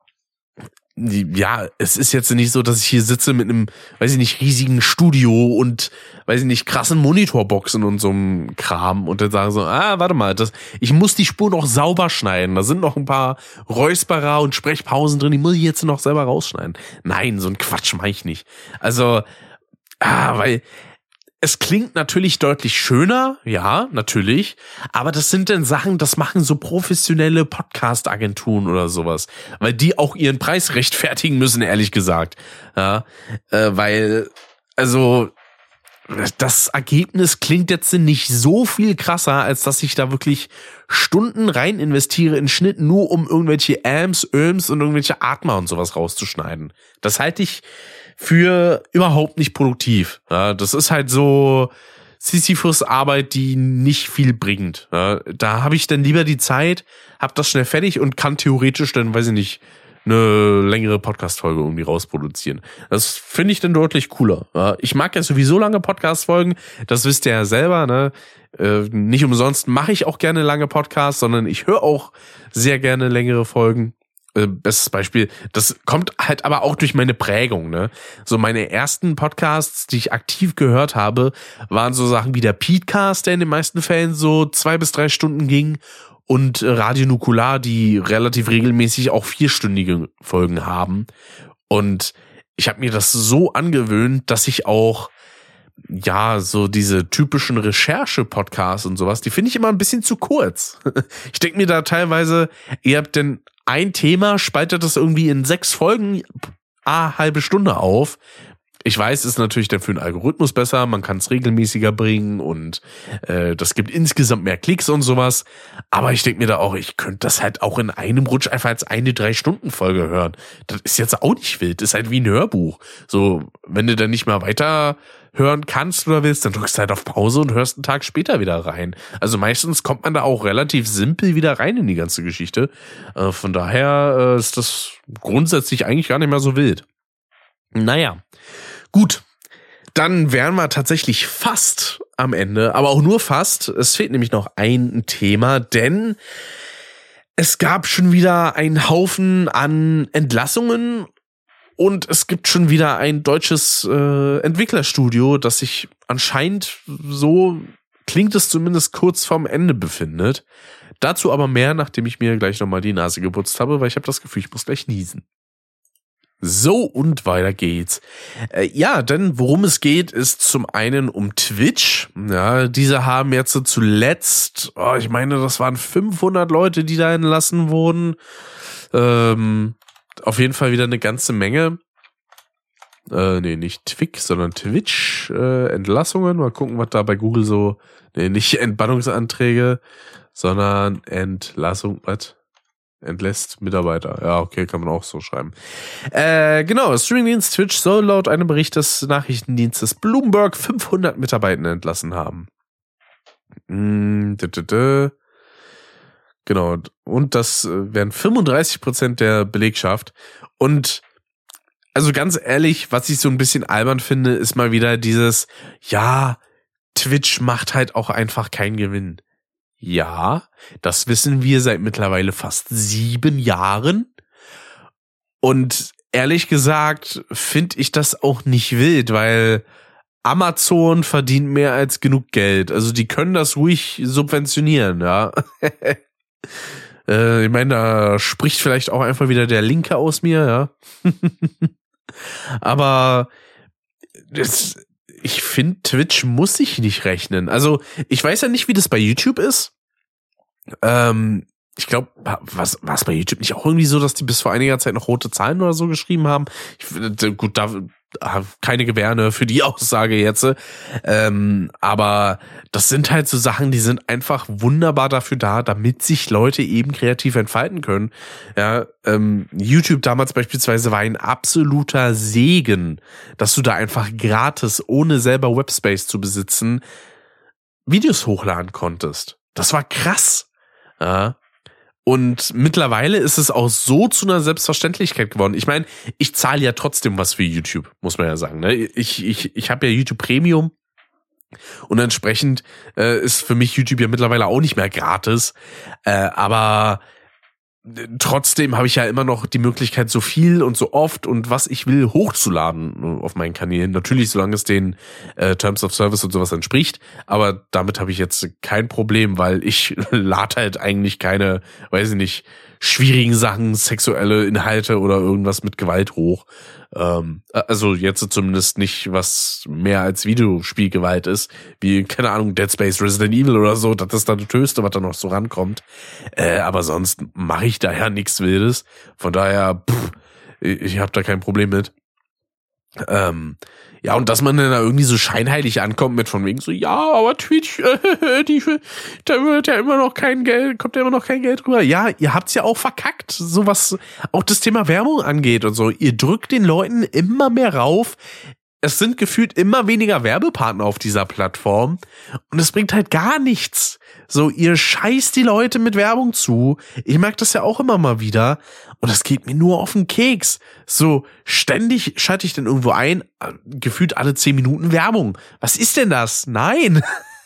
ja, es ist jetzt nicht so, dass ich hier sitze mit einem, weiß ich nicht, riesigen Studio und, weiß ich nicht, krassen Monitorboxen und so einem Kram und dann sagen so, ah, warte mal, das, ich muss die Spur noch sauber schneiden. Da sind noch ein paar Räusperer und Sprechpausen drin, die muss ich jetzt noch selber rausschneiden. Nein, so ein Quatsch mache ich nicht. Also, ah, weil es klingt natürlich deutlich schöner, ja, natürlich, aber das sind dann Sachen, das machen so professionelle Podcast-Agenturen oder sowas, weil die auch ihren Preis rechtfertigen müssen, ehrlich gesagt, ja, äh, weil, also, das Ergebnis klingt jetzt nicht so viel krasser, als dass ich da wirklich Stunden rein investiere in Schnitt, nur um irgendwelche Amps, Öms und irgendwelche Atmer und sowas rauszuschneiden. Das halte ich für überhaupt nicht produktiv. Ja, das ist halt so Sisyphus-Arbeit, die nicht viel bringt. Ja, da habe ich dann lieber die Zeit, hab das schnell fertig und kann theoretisch dann, weiß ich nicht, eine längere Podcast-Folge irgendwie rausproduzieren. Das finde ich dann deutlich cooler. Ja, ich mag ja sowieso lange Podcast-Folgen, das wisst ihr ja selber, ne? Äh, nicht umsonst mache ich auch gerne lange Podcasts, sondern ich höre auch sehr gerne längere Folgen. Bestes Beispiel, das kommt halt aber auch durch meine Prägung, ne? So meine ersten Podcasts, die ich aktiv gehört habe, waren so Sachen wie der Petecast, der in den meisten Fällen so zwei bis drei Stunden ging, und Radio Nukular, die relativ regelmäßig auch vierstündige Folgen haben. Und ich habe mir das so angewöhnt, dass ich auch, ja, so diese typischen Recherche-Podcasts und sowas, die finde ich immer ein bisschen zu kurz. Ich denke mir da teilweise, ihr habt denn ein Thema, spaltet das irgendwie in sechs Folgen, a halbe Stunde auf. Ich weiß, ist natürlich dann für den Algorithmus besser, man kann es regelmäßiger bringen und äh, das gibt insgesamt mehr Klicks und sowas. Aber ich denke mir da auch, ich könnte das halt auch in einem Rutsch einfach als eine drei-Stunden-Folge hören. Das ist jetzt auch nicht wild, das ist halt wie ein Hörbuch. So, wenn du dann nicht mal weiter hören kannst oder willst, dann drückst du halt auf Pause und hörst einen Tag später wieder rein. Also meistens kommt man da auch relativ simpel wieder rein in die ganze Geschichte. Äh, von daher äh, ist das grundsätzlich eigentlich gar nicht mehr so wild. Naja, Gut, dann wären wir tatsächlich fast am Ende, aber auch nur fast. Es fehlt nämlich noch ein Thema, denn es gab schon wieder einen Haufen an Entlassungen und es gibt schon wieder ein deutsches äh, Entwicklerstudio, das sich anscheinend, so klingt es zumindest, kurz vorm Ende befindet. Dazu aber mehr, nachdem ich mir gleich nochmal die Nase geputzt habe, weil ich habe das Gefühl, ich muss gleich niesen. So, und weiter geht's. Äh, ja, denn worum es geht, ist zum einen um Twitch. Ja, diese haben jetzt so zuletzt, oh, ich meine, das waren fünfhundert Leute, die da entlassen wurden. Ähm, auf jeden Fall wieder eine ganze Menge. Äh, nee, nicht Twitch, sondern Twitch äh, Entlassungen. Mal gucken, was da bei Google so, nee, nicht Entbannungsanträge, sondern Entlassung, was? Entlässt Mitarbeiter. Ja, okay, kann man auch so schreiben. Äh, genau, Streamingdienst Twitch soll laut einem Bericht des Nachrichtendienstes Bloomberg fünfhundert Mitarbeiter entlassen haben. Mm, d -d -d. Genau, und das wären fünfunddreißig Prozent der Belegschaft. Und also ganz ehrlich, was ich so ein bisschen albern finde, ist mal wieder dieses, ja, Twitch macht halt auch einfach keinen Gewinn. Ja, das wissen wir seit mittlerweile fast sieben Jahren. Und ehrlich gesagt finde ich das auch nicht wild, weil Amazon verdient mehr als genug Geld. Also die können das ruhig subventionieren, ja. äh, ich meine, da spricht vielleicht auch einfach wieder der Linke aus mir, ja. Aber das, ich finde, Twitch muss sich nicht rechnen. Also ich weiß ja nicht, wie das bei YouTube ist. Ähm, ich glaube, was war es bei YouTube nicht auch irgendwie so, dass die bis vor einiger Zeit noch rote Zahlen oder so geschrieben haben? Ich, gut, da keine Gewähr für die Aussage jetzt. Ähm, aber das sind halt so Sachen, die sind einfach wunderbar dafür da, damit sich Leute eben kreativ entfalten können. Ja, ähm, YouTube damals beispielsweise war ein absoluter Segen, dass du da einfach gratis, ohne selber Webspace zu besitzen, Videos hochladen konntest. Das war krass. Ja. Und mittlerweile ist es auch so zu einer Selbstverständlichkeit geworden. Ich meine, ich zahle ja trotzdem was für YouTube, muss man ja sagen. Ne? Ich, ich, ich habe ja YouTube Premium und entsprechend äh, ist für mich YouTube ja mittlerweile auch nicht mehr gratis. Äh, aber trotzdem habe ich ja immer noch die Möglichkeit, so viel und so oft und was ich will hochzuladen auf meinen Kanälen. Natürlich, solange es den äh, Terms of Service und sowas entspricht. Aber damit habe ich jetzt kein Problem, weil ich lade halt eigentlich keine, weiß ich nicht, schwierigen Sachen, sexuelle Inhalte oder irgendwas mit Gewalt hoch. Ähm, also jetzt zumindest nicht, was mehr als Videospielgewalt ist, wie, keine Ahnung, Dead Space, Resident Evil oder so. Das ist dann das Höchste, was da noch so rankommt. Äh, aber sonst mache ich da ja nichts Wildes. Von daher, pff, ich habe da kein Problem mit. Ähm, ja, und dass man dann da irgendwie so scheinheilig ankommt mit von wegen so, ja, aber Twitch, äh, die, da wird ja immer noch kein Geld, kommt ja immer noch kein Geld rüber. Ja, ihr habt's ja auch verkackt, so was auch das Thema Werbung angeht und so. Ihr drückt den Leuten immer mehr rauf. Es sind gefühlt immer weniger Werbepartner auf dieser Plattform und es bringt halt gar nichts. So, ihr scheißt die Leute mit Werbung zu. Ich merke das ja auch immer mal wieder und das geht mir nur auf den Keks. So, ständig schalte ich dann irgendwo ein, gefühlt alle zehn Minuten Werbung. Was ist denn das? Nein.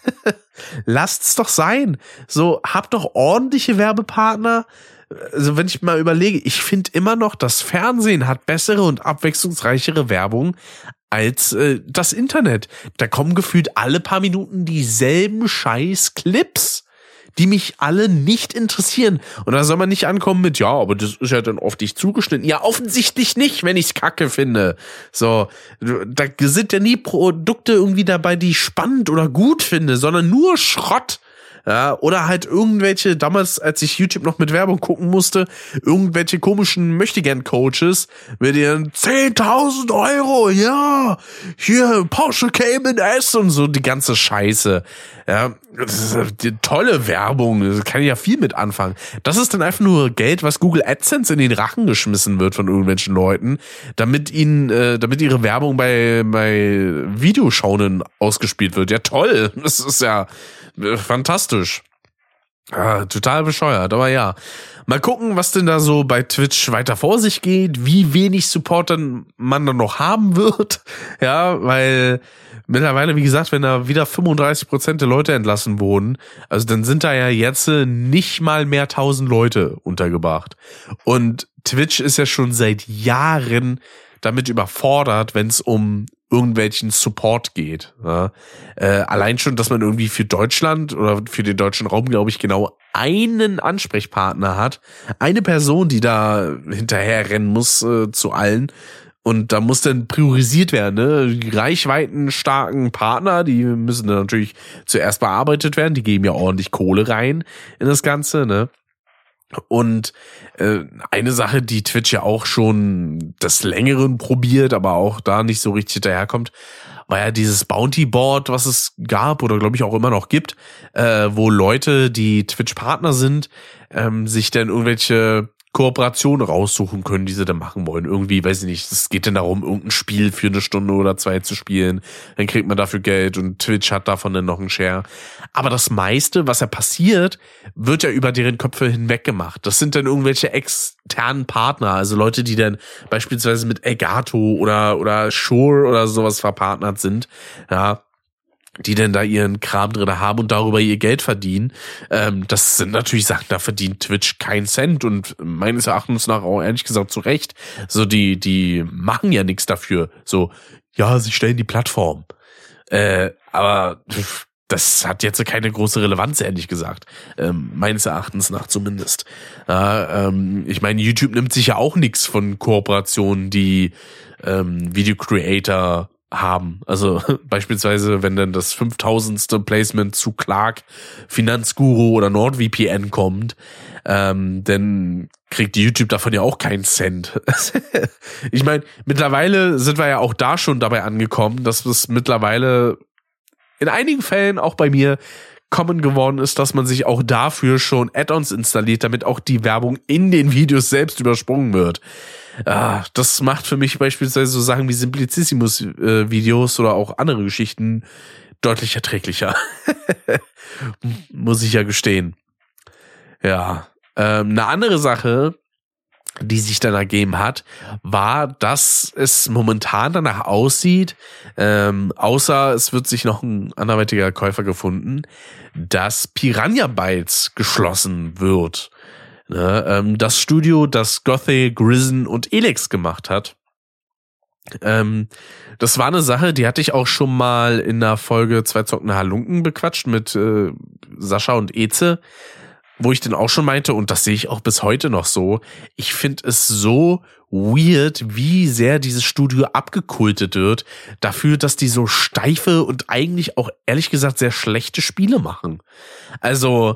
Lasst's doch sein. So, habt doch ordentliche Werbepartner. Also wenn ich mal überlege, ich finde immer noch, das Fernsehen hat bessere und abwechslungsreichere Werbung als äh, das Internet. Da kommen gefühlt alle paar Minuten dieselben scheiß Clips, die mich alle nicht interessieren. Und da soll man nicht ankommen mit, ja, aber das ist ja dann auf dich zugeschnitten. Ja, offensichtlich nicht, wenn ich's kacke finde. So, da sind ja nie Produkte irgendwie dabei, die ich spannend oder gut finde, sondern nur Schrott. Ja, oder halt irgendwelche, damals, als ich YouTube noch mit Werbung gucken musste, irgendwelche komischen Möchtegern-Coaches mit ihren zehntausend Euro, ja, hier, Porsche Cayman S und so, die ganze Scheiße. Ja, das ist die tolle Werbung, da kann ich ja viel mit anfangen. Das ist dann einfach nur Geld, was Google AdSense in den Rachen geschmissen wird von irgendwelchen Leuten, damit ihnen, äh, damit ihre Werbung bei, bei Videoschauenden ausgespielt wird. Ja, toll, das ist ja fantastisch. Ah, total bescheuert, aber ja. Mal gucken, was denn da so bei Twitch weiter vor sich geht, wie wenig Support dann man dann noch haben wird. Ja, weil mittlerweile, wie gesagt, wenn da wieder fünfunddreißig Prozent der Leute entlassen wurden, also dann sind da ja jetzt nicht mal mehr tausend Leute untergebracht. Und Twitch ist ja schon seit Jahren damit überfordert, wenn es um irgendwelchen Support geht. Ja. Äh, allein schon, dass man irgendwie für Deutschland oder für den deutschen Raum, glaube ich, genau einen Ansprechpartner hat. Eine Person, die da hinterher rennen muss äh, zu allen. Und da muss dann priorisiert werden, ne? Die reichweitenstarken Partner, die müssen dann natürlich zuerst bearbeitet werden. Die geben ja ordentlich Kohle rein in das Ganze, ne? Und äh, eine Sache, die Twitch ja auch schon des Längeren probiert, aber auch da nicht so richtig hinterherkommt, war ja dieses Bounty Board, was es gab oder glaube ich auch immer noch gibt, äh, wo Leute, die Twitch-Partner sind, ähm, sich dann irgendwelche Kooperationen raussuchen können, die sie dann machen wollen. Irgendwie, weiß ich nicht, es geht dann darum, irgendein Spiel für eine Stunde oder zwei zu spielen. Dann kriegt man dafür Geld und Twitch hat davon dann noch einen Share. Aber das meiste, was ja passiert, wird ja über deren Köpfe hinweg gemacht. Das sind dann irgendwelche externen Partner, also Leute, die dann beispielsweise mit Elgato oder, oder Shure oder sowas verpartnert sind, ja, die denn da ihren Kram drin haben und darüber ihr Geld verdienen. Ähm, das sind natürlich Sachen, da verdient Twitch keinen Cent und meines Erachtens nach auch ehrlich gesagt zu Recht. So, die, die machen ja nichts dafür. So, ja, sie stellen die Plattform. Äh, aber das hat jetzt keine große Relevanz, ehrlich gesagt. Ähm, meines Erachtens nach zumindest. Ja, ähm, ich meine, YouTube nimmt sich ja auch nichts von Kooperationen, die ähm, Video Creator haben. Also beispielsweise, wenn dann das fünftausendste Placement zu Clark, Finanzguru oder NordVPN kommt, ähm, dann kriegt YouTube davon ja auch keinen Cent. Ich meine, mittlerweile sind wir ja auch da schon dabei angekommen, dass es mittlerweile in einigen Fällen auch bei mir common geworden ist, dass man sich auch dafür schon Add-ons installiert, damit auch die Werbung in den Videos selbst übersprungen wird. Ah, das macht für mich beispielsweise so Sachen wie Simplicissimus-Videos oder auch andere Geschichten deutlich erträglicher. Muss ich ja gestehen. Ja, ähm, eine andere Sache, die sich dann ergeben hat, war, dass es momentan danach aussieht, ähm, außer es wird sich noch ein anderweitiger Käufer gefunden, dass Piranha Bytes geschlossen wird. Ne, ähm, das Studio, das Gothic, Risen und Elex gemacht hat. Ähm, das war eine Sache, die hatte ich auch schon mal in der Folge Zwei zockende Halunken bequatscht mit äh, Sascha und Eze, wo ich dann auch schon meinte, und das sehe ich auch bis heute noch so, ich finde es so weird, wie sehr dieses Studio abgekultet wird, dafür, dass die so steife und eigentlich auch ehrlich gesagt sehr schlechte Spiele machen. Also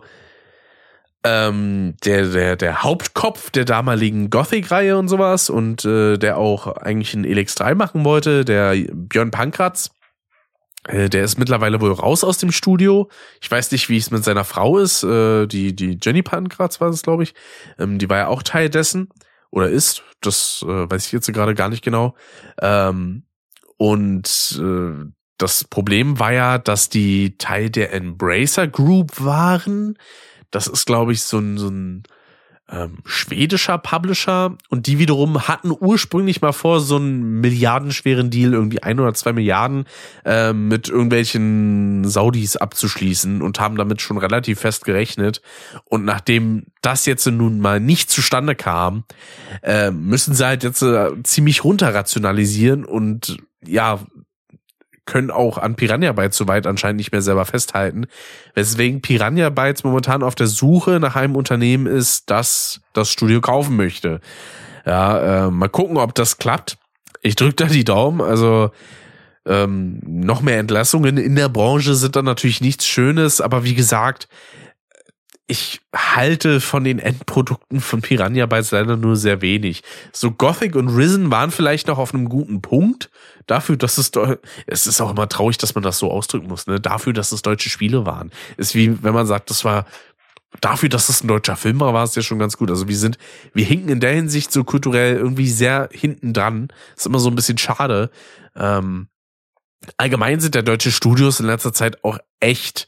ähm, der der der Hauptkopf der damaligen Gothic-Reihe und sowas und äh, der auch eigentlich ein Elex drei machen wollte, der Björn Pankratz, äh, der ist mittlerweile wohl raus aus dem Studio. Ich weiß nicht, wie es mit seiner Frau ist, äh, die die Jenny Pankratz war es, glaube ich. Ähm, die war ja auch Teil dessen oder ist, das äh, weiß ich jetzt gerade gar nicht genau. Ähm, und äh, das Problem war ja, dass die Teil der Embracer Group waren. Das ist, glaube ich, so ein, so ein ähm, schwedischer Publisher. Und die wiederum hatten ursprünglich mal vor, so einen milliardenschweren Deal, irgendwie ein oder zwei Milliarden, äh, mit irgendwelchen Saudis abzuschließen und haben damit schon relativ fest gerechnet. Und nachdem das jetzt nun mal nicht zustande kam, äh, müssen sie halt jetzt äh, ziemlich runter rationalisieren und ja, können auch an Piranha Bytes soweit anscheinend nicht mehr selber festhalten. Weswegen Piranha Bytes momentan auf der Suche nach einem Unternehmen ist, das das Studio kaufen möchte. Ja, äh, mal gucken, ob das klappt. Ich drücke da die Daumen. Also ähm, noch mehr Entlassungen in der Branche sind dann natürlich nichts Schönes. Aber wie gesagt, ich halte von den Endprodukten von Piranha Bytes leider nur sehr wenig. So Gothic und Risen waren vielleicht noch auf einem guten Punkt. Dafür, dass es, es ist auch immer traurig, dass man das so ausdrücken muss, ne? Dafür, dass es deutsche Spiele waren. Ist wie, wenn man sagt, das war, dafür, dass es ein deutscher Film war, war es ja schon ganz gut. Also wir sind, wir hinken in der Hinsicht so kulturell irgendwie sehr hinten dran. Ist immer so ein bisschen schade. Ähm, allgemein sind ja deutsche Studios in letzter Zeit auch echt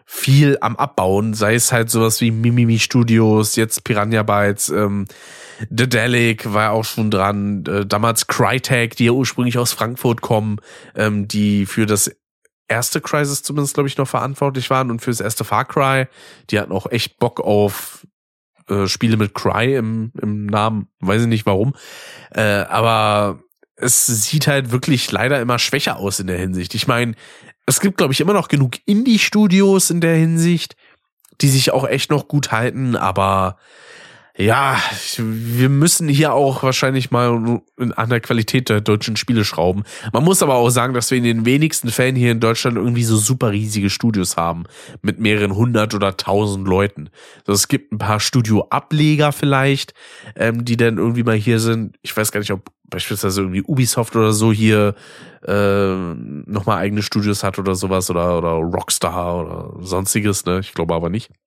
viel am Abbauen, sei es halt sowas wie Mimimi Studios, jetzt Piranha Bytes, ähm, Daedalic war auch schon dran, äh, damals Crytek, die ja ursprünglich aus Frankfurt kommen, ähm, die für das erste Crysis zumindest, glaube ich, noch verantwortlich waren und für das erste Far Cry. Die hatten auch echt Bock auf äh, Spiele mit Cry im, im Namen, weiß ich nicht warum, äh, aber es sieht halt wirklich leider immer schwächer aus in der Hinsicht. Ich meine, es gibt, glaube ich, immer noch genug Indie-Studios in der Hinsicht, die sich auch echt noch gut halten, aber ja, wir müssen hier auch wahrscheinlich mal an der Qualität der deutschen Spiele schrauben. Man muss aber auch sagen, dass wir in den wenigsten Fällen hier in Deutschland irgendwie so super riesige Studios haben, mit mehreren hundert oder tausend Leuten. Also es gibt ein paar Studio-Ableger vielleicht, ähm, die dann irgendwie mal hier sind. Ich weiß gar nicht, ob beispielsweise irgendwie Ubisoft oder so hier äh, nochmal eigene Studios hat oder sowas oder, oder Rockstar oder sonstiges, ne? Ich glaube aber nicht.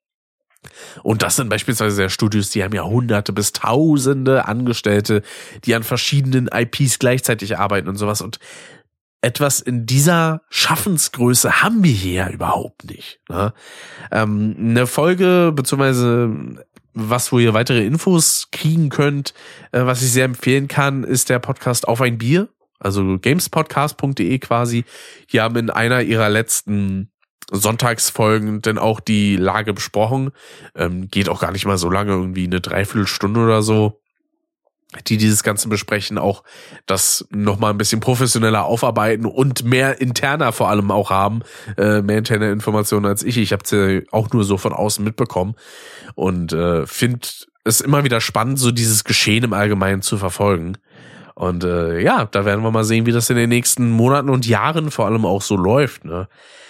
Und das sind beispielsweise ja Studios, die haben ja hunderte bis tausende Angestellte, die an verschiedenen I Ps gleichzeitig arbeiten und sowas. Und etwas in dieser Schaffensgröße haben wir hier ja überhaupt nicht. Ne? Ähm, eine Folge, beziehungsweise was, wo ihr weitere Infos kriegen könnt, äh, was ich sehr empfehlen kann, ist der Podcast Auf ein Bier, also gamespodcast punkt de quasi. Die haben in einer ihrer letzten Sonntagsfolgen denn auch die Lage besprochen. Ähm, geht auch gar nicht mal so lange, irgendwie eine Dreiviertelstunde oder so, die dieses Ganze besprechen, auch das nochmal ein bisschen professioneller aufarbeiten und mehr interner vor allem auch haben, äh, mehr interne Informationen als ich. Ich habe es ja auch nur so von außen mitbekommen und äh, finde es immer wieder spannend, so dieses Geschehen im Allgemeinen zu verfolgen. Und äh, ja, da werden wir mal sehen, wie das in den nächsten Monaten und Jahren vor allem auch so läuft, ne?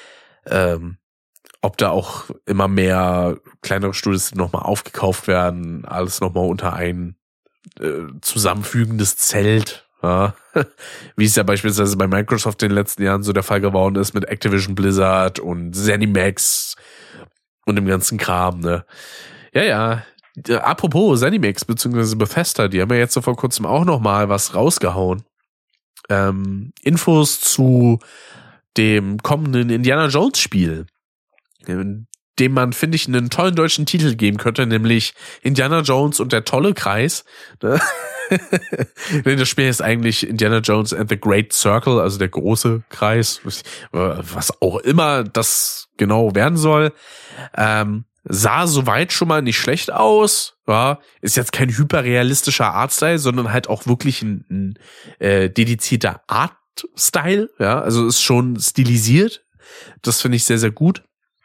Ähm, ob da auch immer mehr kleinere Studios nochmal aufgekauft werden, alles nochmal unter ein äh, zusammenfügendes Zelt, ja? Wie es ja beispielsweise bei Microsoft in den letzten Jahren so der Fall geworden ist mit Activision Blizzard und ZeniMax und dem ganzen Kram, ne? Ja, ja. Äh, apropos ZeniMax beziehungsweise Bethesda, die haben ja jetzt so vor kurzem auch nochmal was rausgehauen. Ähm, Infos zu dem kommenden Indiana Jones Spiel, dem man, finde ich, einen tollen deutschen Titel geben könnte, nämlich Indiana Jones und der tolle Kreis. Das Spiel ist eigentlich Indiana Jones and the Great Circle, also der große Kreis, was auch immer das genau werden soll. Ähm, sah soweit schon mal nicht schlecht aus, ja, ist jetzt kein hyperrealistischer Artstyle, sondern halt auch wirklich ein, ein äh, dedizierter Art Style, ja, also ist schon stilisiert. Das finde ich sehr, sehr gut.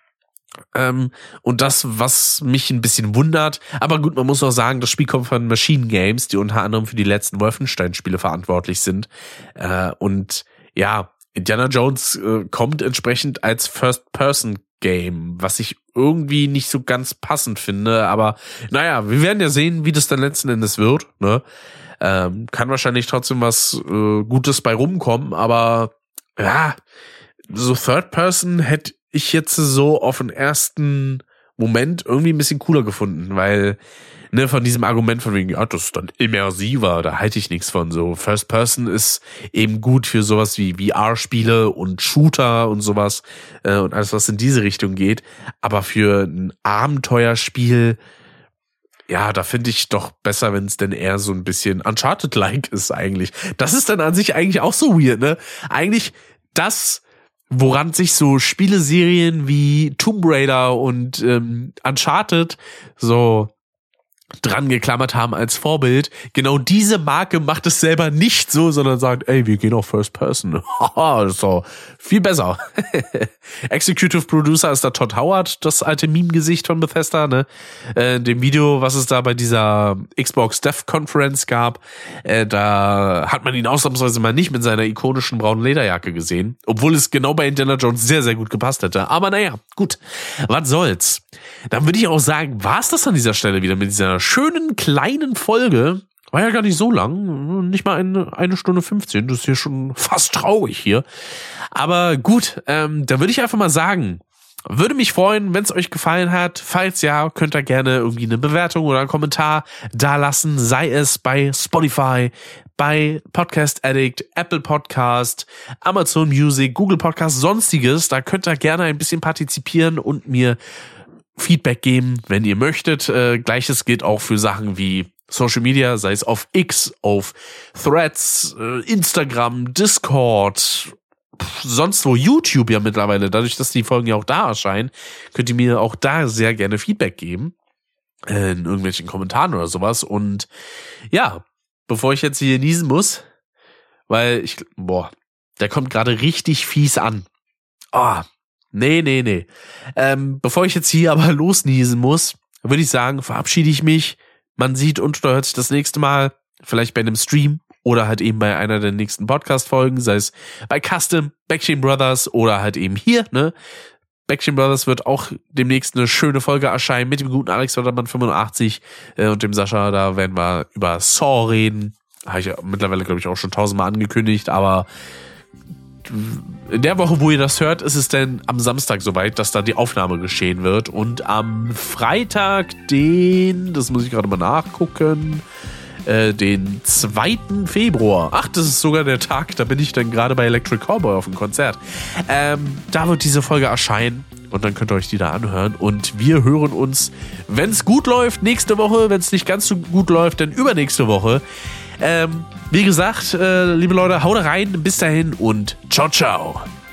Ähm, und das, was mich ein bisschen wundert, aber gut, man muss auch sagen, das Spiel kommt von Machine Games, die unter anderem für die letzten Wolfenstein-Spiele verantwortlich sind. Äh, und ja, Indiana Jones äh, kommt entsprechend als First-Person-Game, was ich irgendwie nicht so ganz passend finde, aber naja, wir werden ja sehen, wie das dann letzten Endes wird, ne? Ähm, kann wahrscheinlich trotzdem was äh, Gutes bei rumkommen, aber ja, so Third Person hätte ich jetzt so auf den ersten Moment irgendwie ein bisschen cooler gefunden, weil ne, von diesem Argument von wegen, ja, das ist dann immersiver, da halte ich nichts von. So First Person ist eben gut für sowas wie V R-Spiele und Shooter und sowas äh, und alles, was in diese Richtung geht, aber für ein Abenteuerspiel, ja, da finde ich doch besser, wenn es denn eher so ein bisschen Uncharted-like ist eigentlich. Das ist dann an sich eigentlich auch so weird, ne? Eigentlich das, woran sich so Spieleserien wie Tomb Raider und ähm, Uncharted so dran geklammert haben als Vorbild. Genau diese Marke macht es selber nicht so, sondern sagt, ey, wir gehen auf First Person. Haha, das ist doch viel besser. Executive Producer ist da Todd Howard, das alte Meme-Gesicht von Bethesda, ne? Äh, dem Video, was es da bei dieser Xbox Dev Conference gab, äh, da hat man ihn ausnahmsweise mal nicht mit seiner ikonischen braunen Lederjacke gesehen, obwohl es genau bei Indiana Jones sehr, sehr gut gepasst hätte. Aber naja, gut, was soll's. Dann würde ich auch sagen, war's das an dieser Stelle wieder mit dieser schönen kleinen Folge. War ja gar nicht so lang, nicht mal eine, eine Stunde fünfzehn, das ist hier schon fast traurig hier. Aber gut, ähm, da würde ich einfach mal sagen, Würde mich freuen, wenn es euch gefallen hat. Falls ja, könnt ihr gerne irgendwie eine Bewertung oder einen Kommentar da lassen, sei es bei Spotify, bei Podcast Addict, Apple Podcast, Amazon Music, Google Podcast, sonstiges. Da könnt ihr gerne ein bisschen partizipieren und mir Feedback geben, wenn ihr möchtet. Äh, Gleiches gilt auch für Sachen wie Social Media, sei es auf X, auf Threads, äh, Instagram, Discord, pff, sonst wo, YouTube ja mittlerweile. Dadurch, dass die Folgen ja auch da erscheinen, könnt ihr mir auch da sehr gerne Feedback geben. Äh, in irgendwelchen Kommentaren oder sowas. Und ja, bevor ich jetzt hier niesen muss, weil ich, boah, der kommt gerade richtig fies an. Ah, oh, nee, nee, nee. Ähm, bevor ich jetzt hier aber losniesen muss, würde ich sagen, verabschiede ich mich. Man sieht und hört sich das nächste Mal vielleicht bei einem Stream oder halt eben bei einer der nächsten Podcast-Folgen, sei es bei Custom, Backchain Brothers oder halt eben hier, ne? Backchain Brothers wird auch demnächst eine schöne Folge erscheinen mit dem guten Alex Wörtermann fünfundachtzig äh, und dem Sascha. Da werden wir über Saw reden. Habe ich ja mittlerweile, glaube ich, auch schon tausendmal angekündigt, aber in der Woche, wo ihr das hört, ist es denn am Samstag soweit, dass da die Aufnahme geschehen wird. Und am Freitag, den, das muss ich gerade mal nachgucken, äh, den zweiten Februar. Ach, das ist sogar der Tag, da bin ich dann gerade bei Electric Cowboy auf dem Konzert. Ähm, da wird diese Folge erscheinen. Und dann könnt ihr euch die da anhören. Und wir hören uns, wenn es gut läuft, nächste Woche. Wenn es nicht ganz so gut läuft, dann übernächste Woche. Ähm, wie gesagt, äh, liebe Leute, haut rein. Bis dahin und ciao, ciao.